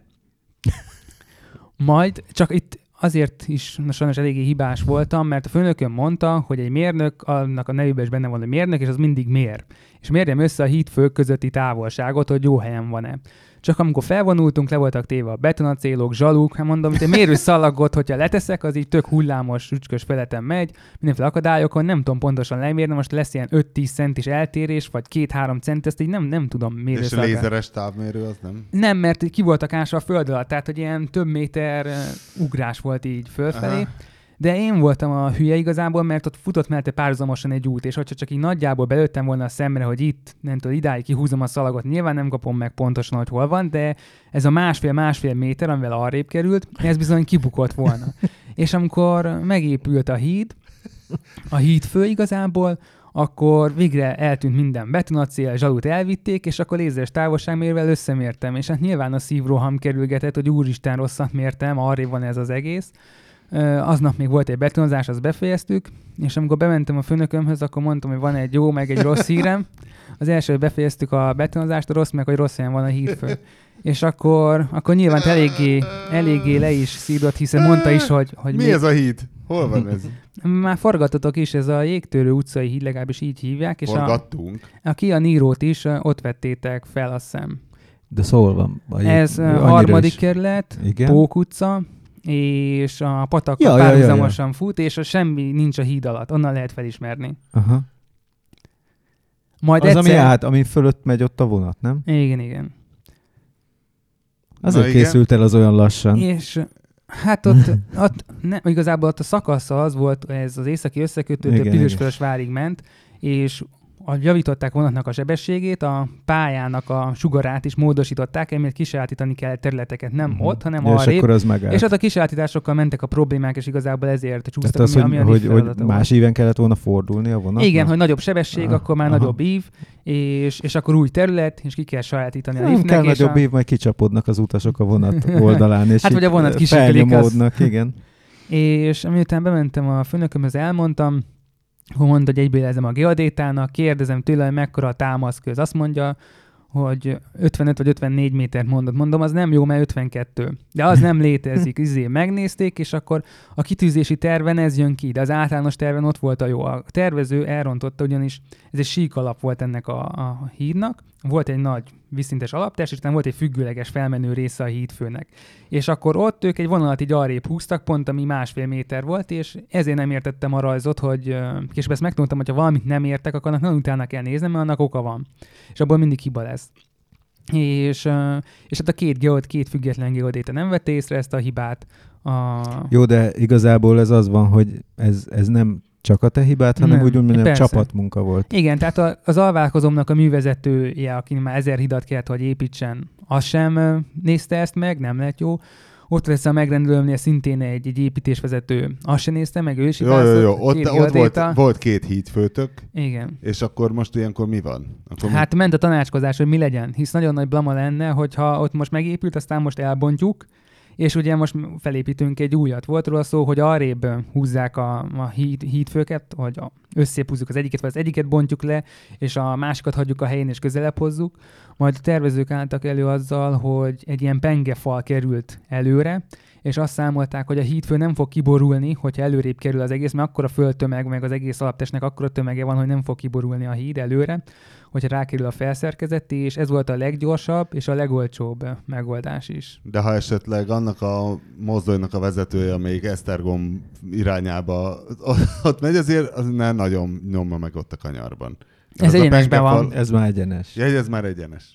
majd csak itt azért is na, sajnos eléggé hibás voltam, mert a főnökön mondta, hogy egy mérnök, annak a nevében is benne van, hogy mérnök, és az mindig mér. És mérjem össze a hídfők közötti távolságot, hogy jó helyen van-e. Csak amikor felvonultunk, le voltak téve a betonacélok, zsaluk, hát mondom, hogy egy mérőszalagot, hogyha leteszek, az így tök hullámos, rücskös feleten megy, mindenféle akadályokon, nem tudom pontosan lemérni, most lesz ilyen öt-tíz centis eltérés, vagy két-három cent, ezt így nem, nem tudom mérőszalagot. És lézeres távmérő az nem? Nem, mert ki voltak ásva a föld alatt, tehát hogy ilyen több méter ugrás volt így fölfelé. Aha. De én voltam a hülye igazából, mert ott futott mellette párhuzamosan egy út, és hogyha csak így nagyjából belőttem volna a szemre, hogy itt, nem tudom, idáig kihúzom a szalagot, nyilván nem kapom meg pontosan, hogy hol van, de ez a másfél-másfél méter, amivel arrébb került, ez bizony kibukott volna. És amikor megépült a híd, a hídfő igazából, akkor végre eltűnt minden betonacél, zsalut elvitték, és akkor lézeres távolságmérővel összemértem, és hát nyilván a szívroham kerülgetett, hogy úristen, rosszat mértem, arrébb van ez az egész. Aznap még volt egy betonozás, azt befejeztük, és amikor bementem a főnökömhöz, akkor mondtam, hogy van egy jó, meg egy rossz hírem. Az első, hogy befejeztük a betonozást, a rossz meg, hogy rossz helyen van a hídfő. És akkor, akkor nyilván eléggé, eléggé le is szídott, hiszen mondta is, hogy... hogy Mi még... ez a híd? Hol van ez? Már forgattatok is, ez a Jégtörő utcai híd, legalábbis így hívják. És Forgattunk. A, a Kia Nírót is ott vettétek fel, azt hiszem. De szóval van. A ez a harmadik kerület, Pók utca, és a patak ja, párhuzamosan ja, ja, ja. fut, és a semmi nincs a híd alatt. Onnan lehet felismerni. Aha. Majd az, egyszer... ami át, ami fölött megy ott a vonat, nem? Igen, igen. Azért készült el az olyan lassan. És hát ott, ott ne, igazából ott a szakasza az volt, ez az északi összekötőtől Pilisvörösvárig ment, és javították vonatnak a sebességét, a pályának a sugarát is módosították, emiatt kisajátítani kell területeket, nem uh-huh. ott, hanem ja, arrébb. És, és ott a kisajátításokkal mentek a problémák, és igazából ezért csúsztak, az, ami, ami hogy, a hogy, hogy más íven kellett volna fordulni a vonatnak? Igen, hogy nagyobb sebesség, ah, akkor már aha. nagyobb ív, és, és akkor új terület, és ki kell sajátítani a ívnek. Nem kell nagyobb a... ív, majd kicsapodnak az utasok a vonat oldalán, és hát vagy a vonat kisikelik az... igen. És miután bementem a főnökömhöz, elmondtam, hogy mondta, hogy egybélezem a geodétának, kérdezem tőle, hogy mekkora a támaszköz. Azt mondja, hogy ötvenöt vagy ötvennégy métert mondott. Mondom, az nem jó, mert ötvenkettő. De az nem létezik. Izé, megnézték, és akkor a kitűzési terven ez jön ki, de az általános terven ott volt a jó. A tervező elrontotta, ugyanis ez egy sík alap volt ennek a, a hídnak. Volt egy nagy vízszintes alaptest, és utána volt egy függőleges felmenő része a hídfőnek. És akkor ott ők egy vonalat így arrébb húztak, pont ami másfél méter volt, és ezért nem értettem a rajzot, hogy később ezt megtanultam, hogy ha valamit nem értek, akkor annak nem utána kell néznem, mert annak oka van. És abból mindig hiba lesz. És, és hát a két geod, két független geodéta nem vette észre ezt a hibát. A... Jó, de igazából ez az van, hogy ez, ez nem csak a te hibád, hanem nem, úgy mondom, csapatmunka volt. Igen, tehát az alvállalkozómnak a művezetője, aki már ezer hidat kellett, hogy építsen, az sem nézte ezt meg, nem lett jó. Ott lesz a megrendelőmnél szintén egy, egy építésvezető, azt sem nézte meg, ő is hibázott. Jó, jó, jó. Ott, ott volt, volt két hídfőtök. Igen. És akkor most ilyenkor mi van? Akkor hát mi... ment a tanácskozás, hogy mi legyen, hisz nagyon nagy blama lenne, hogyha ott most megépült, aztán most elbontjuk, és ugye most felépítünk egy újat. Volt róla szó, hogy arrébb húzzák a, a híd, hídfőket, hogy összépúzzuk az egyiket, vagy az egyiket bontjuk le, és a másikat hagyjuk a helyén, és közelebb hozzuk. Majd a tervezők álltak elő azzal, hogy egy ilyen pengefal került előre, és azt számolták, hogy a hídfő nem fog kiborulni, hogyha előrébb kerül az egész, mert akkora földtömeg, meg az egész alaptestnek akkora tömege van, hogy nem fog kiborulni a híd előre, hogyha rákerül a felszerkezeti, és ez volt a leggyorsabb és a legolcsóbb megoldás is. De ha esetleg annak a mozdonynak a vezetője, amelyik Esztergom irányába ott megy, azért az nem nagyon nyomja meg ott a kanyarban. Ez egyenesben van. Ez már egyenes. Ja, ez már egyenes.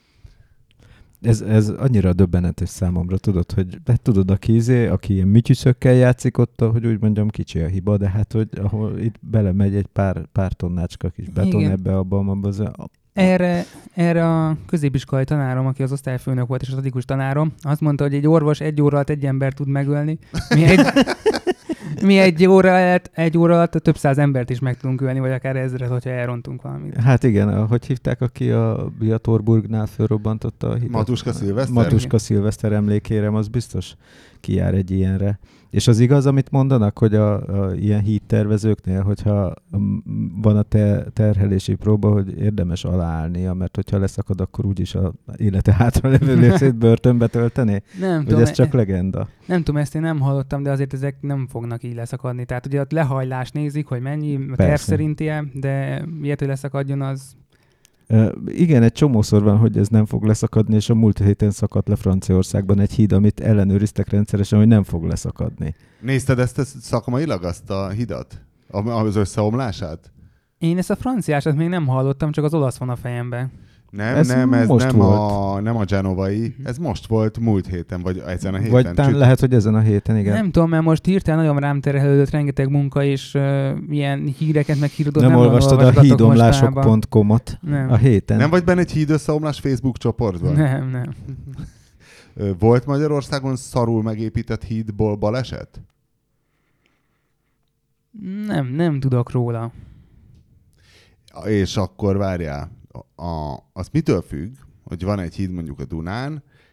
Ez, ez annyira döbbenetes számomra, tudod, hogy hát tudod, aki izé, aki ilyen műtyűszökkel játszik ott, hogy úgy mondjam, kicsi a hiba, de hát, hogy ahol itt belemegy egy pár, pár tonnácska kis beton igen. ebbe, abban, abban az... Erre, erre a középiskolai tanárom, aki az osztályfőnök volt, és a statikus tanárom, azt mondta, hogy egy orvos egy óra alatt egy ember tud megölni. Mi egy, mi egy óra alatt, egy óra alatt több száz embert is meg tudunk ölni, vagy akár ezret, hogyha elrontunk valamit. Hát igen, hogy hívták, aki a Biatorburgnál fölrobbantotta a hidat? Matuska Szilveszter? Matuska Szilveszter emlékére, az biztos kijár egy ilyenre. És az igaz, amit mondanak, hogy a, a ilyen hídtervezőknél, hogyha van a te, terhelési próba, hogy érdemes aláállnia, mert hogyha leszakad, akkor úgyis a élete hátra levő részét börtönbe tölteni? Nem vagy tudom, ez csak legenda? Nem tudom, ezt én nem hallottam, de azért ezek nem fognak így leszakadni. Tehát ugye ott lehajlást nézik, hogy mennyi, a terv szerinti, de ilyet, hogy leszakadjon, az... Uh, igen, egy csomószor van, hogy ez nem fog leszakadni, és a múlt héten szakadt le Franciaországban egy híd, amit ellenőriztek rendszeresen, hogy nem fog leszakadni. Nézted ezt szakmailag, azt a hidat? Az összeomlását? Én ezt a franciásat még nem hallottam, csak az olasz van a fejemben. Nem, ez nem, ez most nem, a, nem a genovai, ez most volt múlt héten, vagy ezen a héten. Vagy talán lehet, hogy ezen a héten, igen. Nem tudom, mert most hirtelen nagyon rám terhelődött rengeteg munka, és uh, ilyen híreket meg hírodott. Nem, nem olvastad a hídomlások pont com-ot a héten? Nem vagy benne egy híd összeomlás Facebook csoportban? Nem, nem. Volt Magyarországon szarul megépített hídból baleset? Nem, nem tudok róla. És akkor várjál. A, az mitől függ, hogy van egy híd mondjuk a Dunán,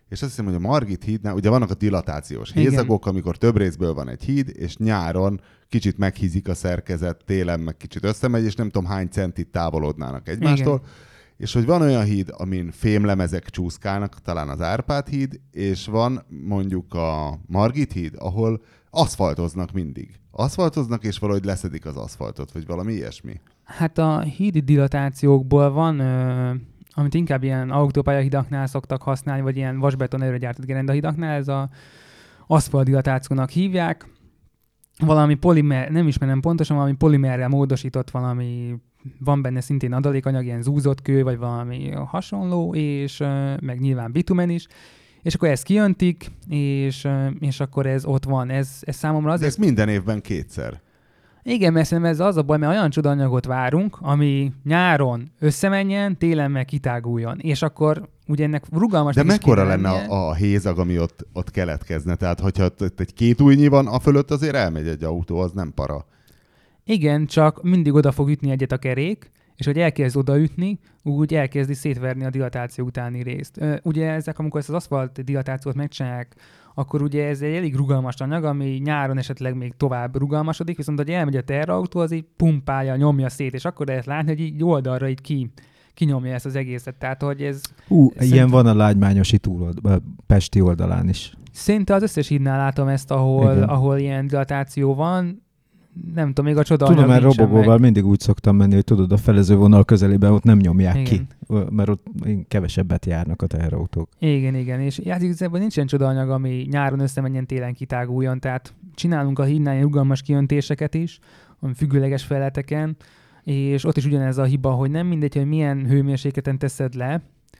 és azt hiszem, hogy a Margit hídnál, ugye vannak a dilatációs hézagok, amikor több részből van egy híd, és nyáron kicsit meghízik a szerkezet, télen meg kicsit összemegy, és nem tudom hány centit távolodnának egymástól. Igen. És hogy van olyan híd, amin fémlemezek csúszkálnak, talán az Árpád híd, és van mondjuk a Margit híd, ahol aszfaltoznak mindig. Aszfaltoznak, és valahogy leszedik az aszfaltot, vagy valami ilyesmi. Hát a hídi dilatációkból van, ö, amit inkább ilyen autópályahidaknál szoktak használni, vagy ilyen vasbeton előre gyártott gerendahidaknál, ez a aszfaltdilatációnak hívják. Valami polimer, nem ismerem pontosan, valami polimerrel módosított valami, van benne szintén adalékanyag, ilyen zúzott kő, vagy valami hasonló, és ö, meg nyilván bitumen is. És akkor ezt kijöntik, és, és akkor ez ott van. Ez, ez számomra azért... De ez minden évben kétszer. Igen, mert szerintem ez az a baj, mert olyan csodaanyagot várunk, ami nyáron összemenjen, télen meg kitáguljon. És akkor ugye ennek rugalmas... De mekkora lenne a, a hézag, ami ott, ott keletkezne? Tehát, hogyha ott egy két újnyi van, a fölött azért elmegy egy autó, az nem para. Igen, csak mindig oda fog ütni egyet a kerék, és hogy elkezd odaütni, úgy elkezdi szétverni a dilatáció utáni részt. Ugye ezek, amikor ezt az aszfalt dilatációt megcsinálják, akkor ugye ez egy elég rugalmas anyag, ami nyáron esetleg még tovább rugalmasodik, viszont hogy elmegy a terrautó, az így pumpálja, nyomja szét, és akkor lehet látni, hogy így oldalra így ki, kinyomja ezt az egészet. Tehát, hogy ez... Hú, ilyen szerint... van a Lágymányosi túlold, Pesti oldalán is. Szinte az összes hídnál látom ezt, ahol, ahol ilyen dilatáció van. Nem tudom, még a csoda Tudom, mert robogóval meg. Mindig úgy szoktam menni, hogy tudod, a felező vonal közelében ott nem nyomják igen. ki, mert ott kevesebbet járnak a teherautók. Igen, igen, és hát igazából nincsen csodaanyag, ami nyáron összemenjen, télen kitáguljon, tehát csinálunk a hídnál rugalmas kiöntéseket is, függőleges feleteken, és ott is ugyanez a hiba, hogy nem mindegy, hogy milyen hőmérsékleten teszed le,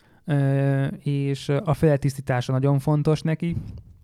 és a feletisztítása nagyon fontos neki,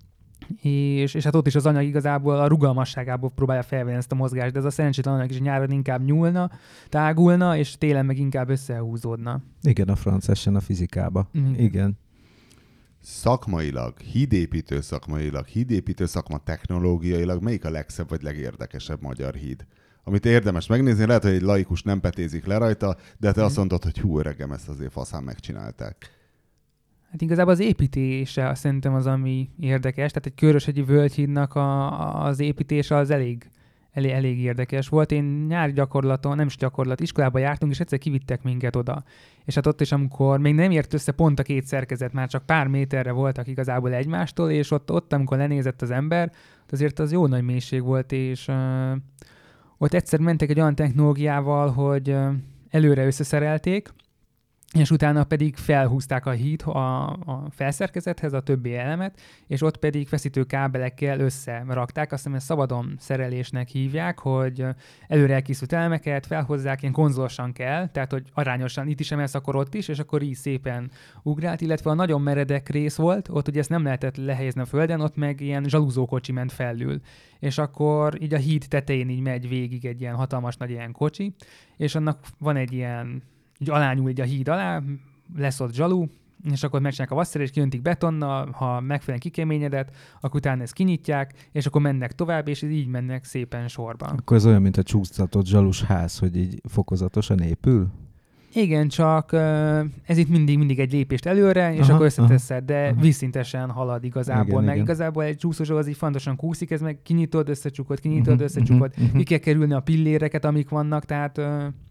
És, és hát ott is az anyag igazából a rugalmasságából próbálja felvenni ezt a mozgást, de ez a szerencsétlen anyag is nyáron inkább nyúlna, tágulna, és télen meg inkább összehúzódna. Igen, a franc essen a fizikába. Mm. Igen. Szakmailag, hídépítő szakmailag, hídépítő szakma technológiailag melyik a legszebb vagy legérdekesebb magyar híd? Amit érdemes megnézni, lehet, hogy egy laikus nem petézik le rajta, de te mm. azt mondod, hogy hú, öregem, ezt azért faszán megcsinálták. Hát igazából az építése szerintem az, ami érdekes. Tehát egy Köröshegyi Völgyhídnak a, az építése az elég, elég, elég érdekes volt. Én nyári gyakorlaton, nem is gyakorlat, iskolába jártunk, és egyszer kivittek minket oda. És hát ott is, amikor még nem ért össze pont a két szerkezet, már csak pár méterre voltak igazából egymástól, és ott, ott amikor lenézett az ember, azért az jó nagy mélység volt, és uh, ott egyszer mentek egy olyan technológiával, hogy uh, előre összeszerelték, és utána pedig felhúzták a híd a, a felszerkezethez, a többi elemet, és ott pedig feszítő kábelekkel összerakták. Azt hiszem, ezt szabadon szerelésnek hívják, hogy előre elkészült elemeket felhozzák, ilyen konzolosan kell, tehát hogy arányosan itt is emelsz, akkor ott is, és akkor így szépen ugrált, illetve a nagyon meredek rész volt, ott ugye ezt nem lehetett lehelyezni a földön, ott meg ilyen zsalúzókocsi ment felül. És akkor így a híd tetején így megy végig egy ilyen hatalmas nagy ilyen kocsi, és annak van egy ilyen így alányul így a híd alá, lesz ott zsalú, és akkor megcsinálják a vasszerelést, kijöntik betonnal, ha megfelelően kikeményedett, akkor utána ezt kinyitják, és akkor mennek tovább, és így mennek szépen sorban. Akkor ez olyan, mint a csúsztatott zsalus ház, hogy így fokozatosan épül? Igen, csak ez itt mindig, mindig egy lépést előre, és aha, akkor összeteszed, de aha. vízszintesen halad igazából. Igen, meg igen. Igazából egy csúszózsó az így fontosan kúszik, ez meg kinyitod, összecsukod, kinyitod, uh-huh, összecsukod, uh-huh, ki kell kerülni a pilléreket, amik vannak, tehát...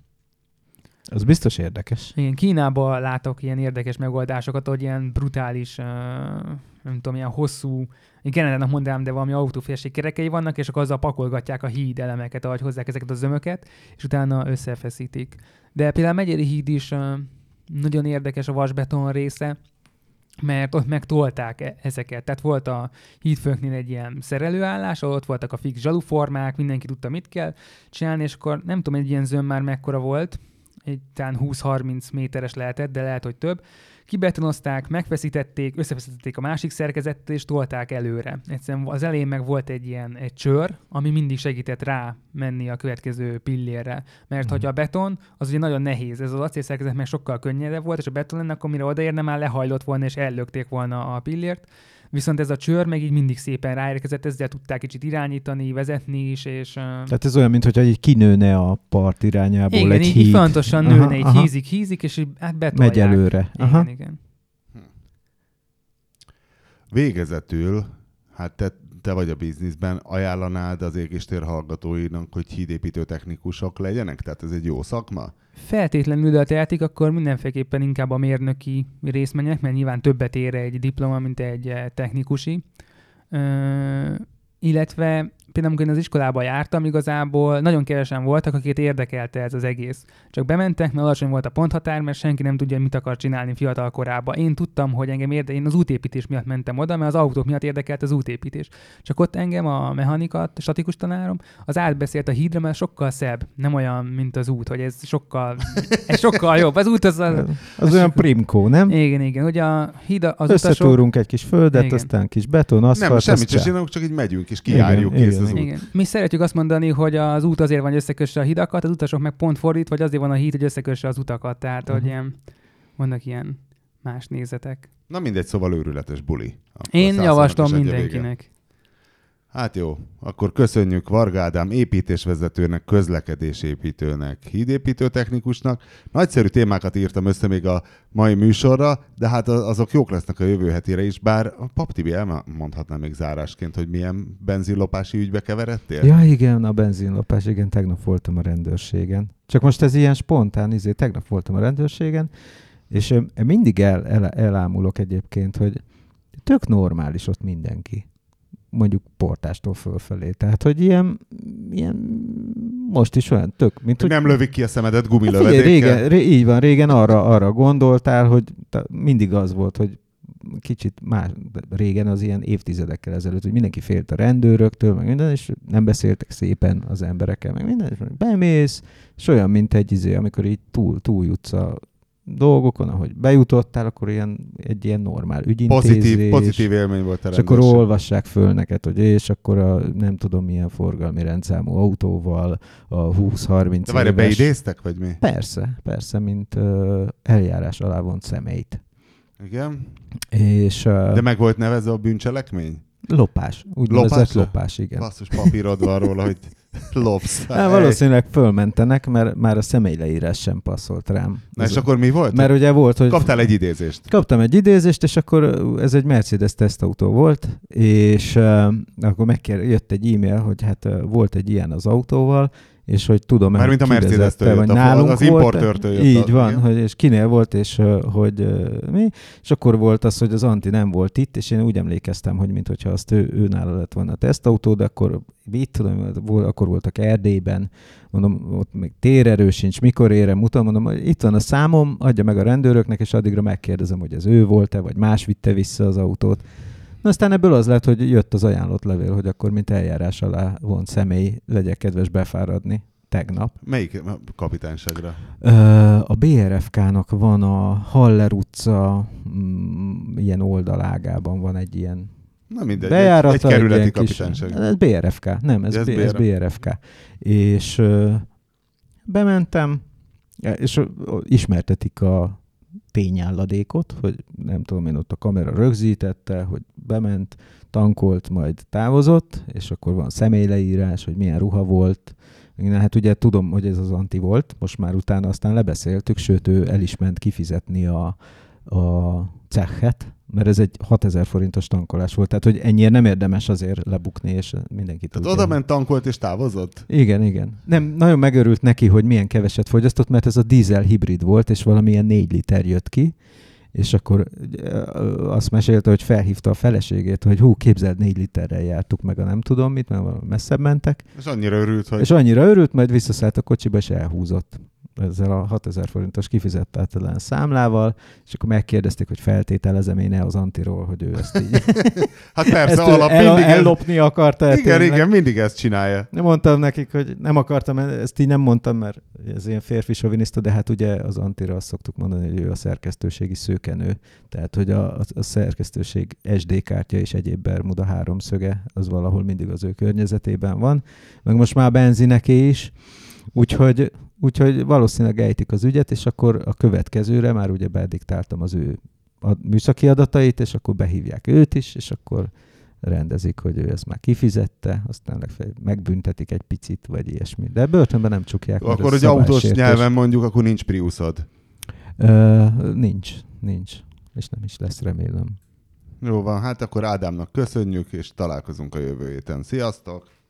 Az biztos érdekes. Igen, Kínában látok ilyen érdekes megoldásokat, hogy ilyen brutális, uh, nem tudom, ilyen hosszú, én Kanadának mondanám, de valami autófélség kerekei vannak, és akkor azzal pakolgatják a híd elemeket, ahogy hozzák ezeket a zömöket, és utána összefeszítik. De például a Megyeri híd is uh, nagyon érdekes a vasbeton része, mert ott megtolták ezeket. Tehát volt a hídfőnknél egy ilyen szerelőállás, ahol ott voltak a fix zsaluformák, mindenki tudta, mit kell csinálni, és akkor nem tudom, egy ilyen zöm már mekkora volt, egy talán húsz-harminc méteres lehetett, de lehet, hogy több. Kibetonozták, megfeszítették, összefeszítették a másik szerkezettel, és tolták előre. Egyszerűen az elején meg volt egy ilyen egy csőr, ami mindig segített rá menni a következő pillérre. Mert mm. hogyha a beton, az ugye nagyon nehéz. Ez az acélszerkezet meg sokkal könnyebb volt, és a beton lenne, akkor mire odaérne, már lehajlott volna, és ellökték volna a pillért. Viszont ez a csőr meg így mindig szépen ráérkezett, ezzel tudták kicsit irányítani, vezetni is, és... Tehát ez olyan, mintha így kinőne a part irányából igen, egy így, híd. Igen, fontosan nőne, aha, így aha. hízik, hízik, és így hát betolják. Megy előre. Igen, aha. igen. Hm. Végezetül, hát te, te vagy a bizniszben, ajánlanád az égéstér hallgatóinak, hogy hídépítő technikusok legyenek? Tehát ez egy jó szakma? Feltétlenül, de ha tehetik, akkor mindenféleképpen inkább a mérnöki részt menjenek, mert nyilván többet ér egy diploma, mint egy technikusi. Ö, illetve például, amikor én az iskolába jártam, igazából nagyon kevesen voltak, akiket érdekelte ez az egész. Csak bementek, mert alacsony volt a ponthatár, mert senki nem tudja, mit akar csinálni fiatal korában. Én tudtam, hogy engem érdekel, én az útépítés miatt mentem oda, mert az autók miatt érdekelt az útépítés. Csak ott engem a mechanikat, a statikus tanárom, az átbeszélt a hídra, mert sokkal szebb, nem olyan, mint az út, hogy ez sokkal, ez sokkal jobb. Az út az... Az, az, az olyan primkó, nem? Igen, igen. Ugye a híd az összetúrunk utasok... egy kis földet, igen. Aztán kis beton, aszfalt. Nem, semmit sem csinálunk, csak így megyünk, és kijárjuk, igen, kész igen, az út. Igen. Mi szeretjük azt mondani, hogy az út azért van, hogy összekösse a hidakat, az utasok meg pont fordít, vagy azért van a híd, hogy összekösse az utakat. Tehát, uh-huh. hogy ilyen, vannak ilyen más nézetek. Na mindegy, szóval őrületes buli. Akkor Én javaslom mindenkinek. Hát jó, akkor köszönjük Varga Ádám építésvezetőnek, közlekedésépítőnek, hídépítő technikusnak. Nagyszerű témákat írtam össze még a mai műsorra, de hát azok jók lesznek a jövő hetére is, bár a Pap Tibi elmondhatná még zárásként, hogy milyen benzinlopási ügybe keveredtél? Ja igen, a benzinlopás, igen, tegnap voltam a rendőrségen. Csak most ez ilyen spontán, izé, tegnap voltam a rendőrségen, és mindig el, el, elámulok egyébként, hogy tök normális ott mindenki. Mondjuk portástól fölfelé. Tehát, hogy ilyen, ilyen most is olyan tök, mint hogy... Nem lövik ki a szemedet Hát gumilövedékkel? Régen, ré, így van, régen arra, arra gondoltál, hogy mindig az volt, hogy kicsit más, régen az ilyen évtizedekkel ezelőtt, hogy mindenki félt a rendőröktől, meg minden, és nem beszéltek szépen az emberekkel, meg minden, és bemész, és olyan, mint egy izé, amikor így túl, túljutsz a dolgokon, ahogy bejutottál, akkor ilyen, egy ilyen normál ügyintézés. Pozitív, pozitív élmény volt a és akkor olvassák föl neked, hogy és akkor a nem tudom milyen forgalmi rendszámú autóval a húsz-harminc De várj, beidéztek, vagy mi? Persze, persze, mint uh, eljárás alá vont személyt. Igen. És, uh, De meg volt nevezve a bűncselekmény? Lopás. Úgynevezett lopás, igen. Basszus, papírod van róla, hogy lopsz. Hát, valószínűleg fölmentenek, mert már a személyleírás sem passzolt rám. Na és akkor mi volt? Mert ugye volt, hogy... Kaptál egy idézést. Kaptam egy idézést, és akkor ez egy Mercedes tesztautó volt, és uh, akkor megkér, jött egy e-mail, hogy hát uh, volt egy ilyen az autóval, és hogy tudom, hogy mint a Mercedes-től jött, nálunk az importőrtől jött. Így van, hogy, és kinél volt, és uh, hogy uh, mi, és akkor volt az, hogy az Anti nem volt itt, és én úgy emlékeztem, hogy mintha azt ő, ő nála lett volna a tesztautó, de akkor mit tudom, akkor voltak Erdélyben, mondom, ott még térerő sincs, mikor érem, mutatom, mondom, hogy itt van a számom, adja meg a rendőröknek, és addigra megkérdezem, hogy ez ő volt-e, vagy más vitte vissza az autót. Na aztán ebből az lett, hogy jött az ajánlott levél, hogy akkor mint eljárás alá vont személy, legyek kedves befáradni tegnap. Melyik kapitányságra? A bé er ef ká-nak van a Haller utca mm, ilyen oldalágában van egy ilyen Na mindegy, bejárata, egy, egy kerületi egy kapitányság. Ez bé er ef ká, nem, ez, ez, B, ez bé er ef ká. És uh, bementem, és uh, ismertetik a tényálladékot, hogy nem tudom én, ott a kamera rögzítette, hogy bement, tankolt, majd távozott, és akkor van személyleírás, hogy milyen ruha volt. Hát ugye tudom, hogy ez az Anti volt, most már utána aztán lebeszéltük, sőt ő el is ment kifizetni a, a cechet, mert ez egy hatezer forintos tankolás volt, tehát hogy ennyire nem érdemes azért lebukni, és mindenki tudja. Tehát oda ment, tankolt és távozott? Igen, igen. Nem, nagyon megörült neki, hogy milyen keveset fogyasztott, mert ez a dízel hibrid volt, és valamilyen négy liter jött ki, és akkor azt mesélte, hogy felhívta a feleségét, hogy hú, képzeld, négy literrel jártuk meg a nem tudom mit, mert valami messzebb mentek. És annyira örült, hogy... És annyira örült, majd visszaszállt a kocsiba, és elhúzott ezzel a hatezer forintos kifizettetlen számlával, és akkor megkérdezték, hogy feltételezem én az Antiról, hogy ő ezt így... Hát persze, ezt alap el, mindig... ellopni akarta. Igen, tényleg. Igen, mindig ezt csinálja. Nem mondtam nekik, hogy nem akartam, ezt így nem mondtam, mert ez ilyen férfi soviniszta, de hát ugye az Antira azt szoktuk mondani, hogy ő a szerkesztőségi szőkenő, tehát hogy a, a, a szerkesztőség es dé kártya és egyéb Bermuda háromszöge, az valahol mindig az ő környezetében van, meg most már benzineké is, úgyhogy Úgyhogy valószínűleg ejtik az ügyet, és akkor a következőre már ugye bediktáltam az ő a műszaki adatait, és akkor behívják őt is, és akkor rendezik, hogy ő ezt már kifizette, aztán legfeljebb megbüntetik egy picit, vagy ilyesmi. De börtönben nem csukják. Akkor, hogy autós nyelven mondjuk, akkor nincs Priusod? Uh, nincs, nincs. És nem is lesz, remélem. Jó van, hát akkor Ádámnak köszönjük, és találkozunk a jövő héten. Sziasztok!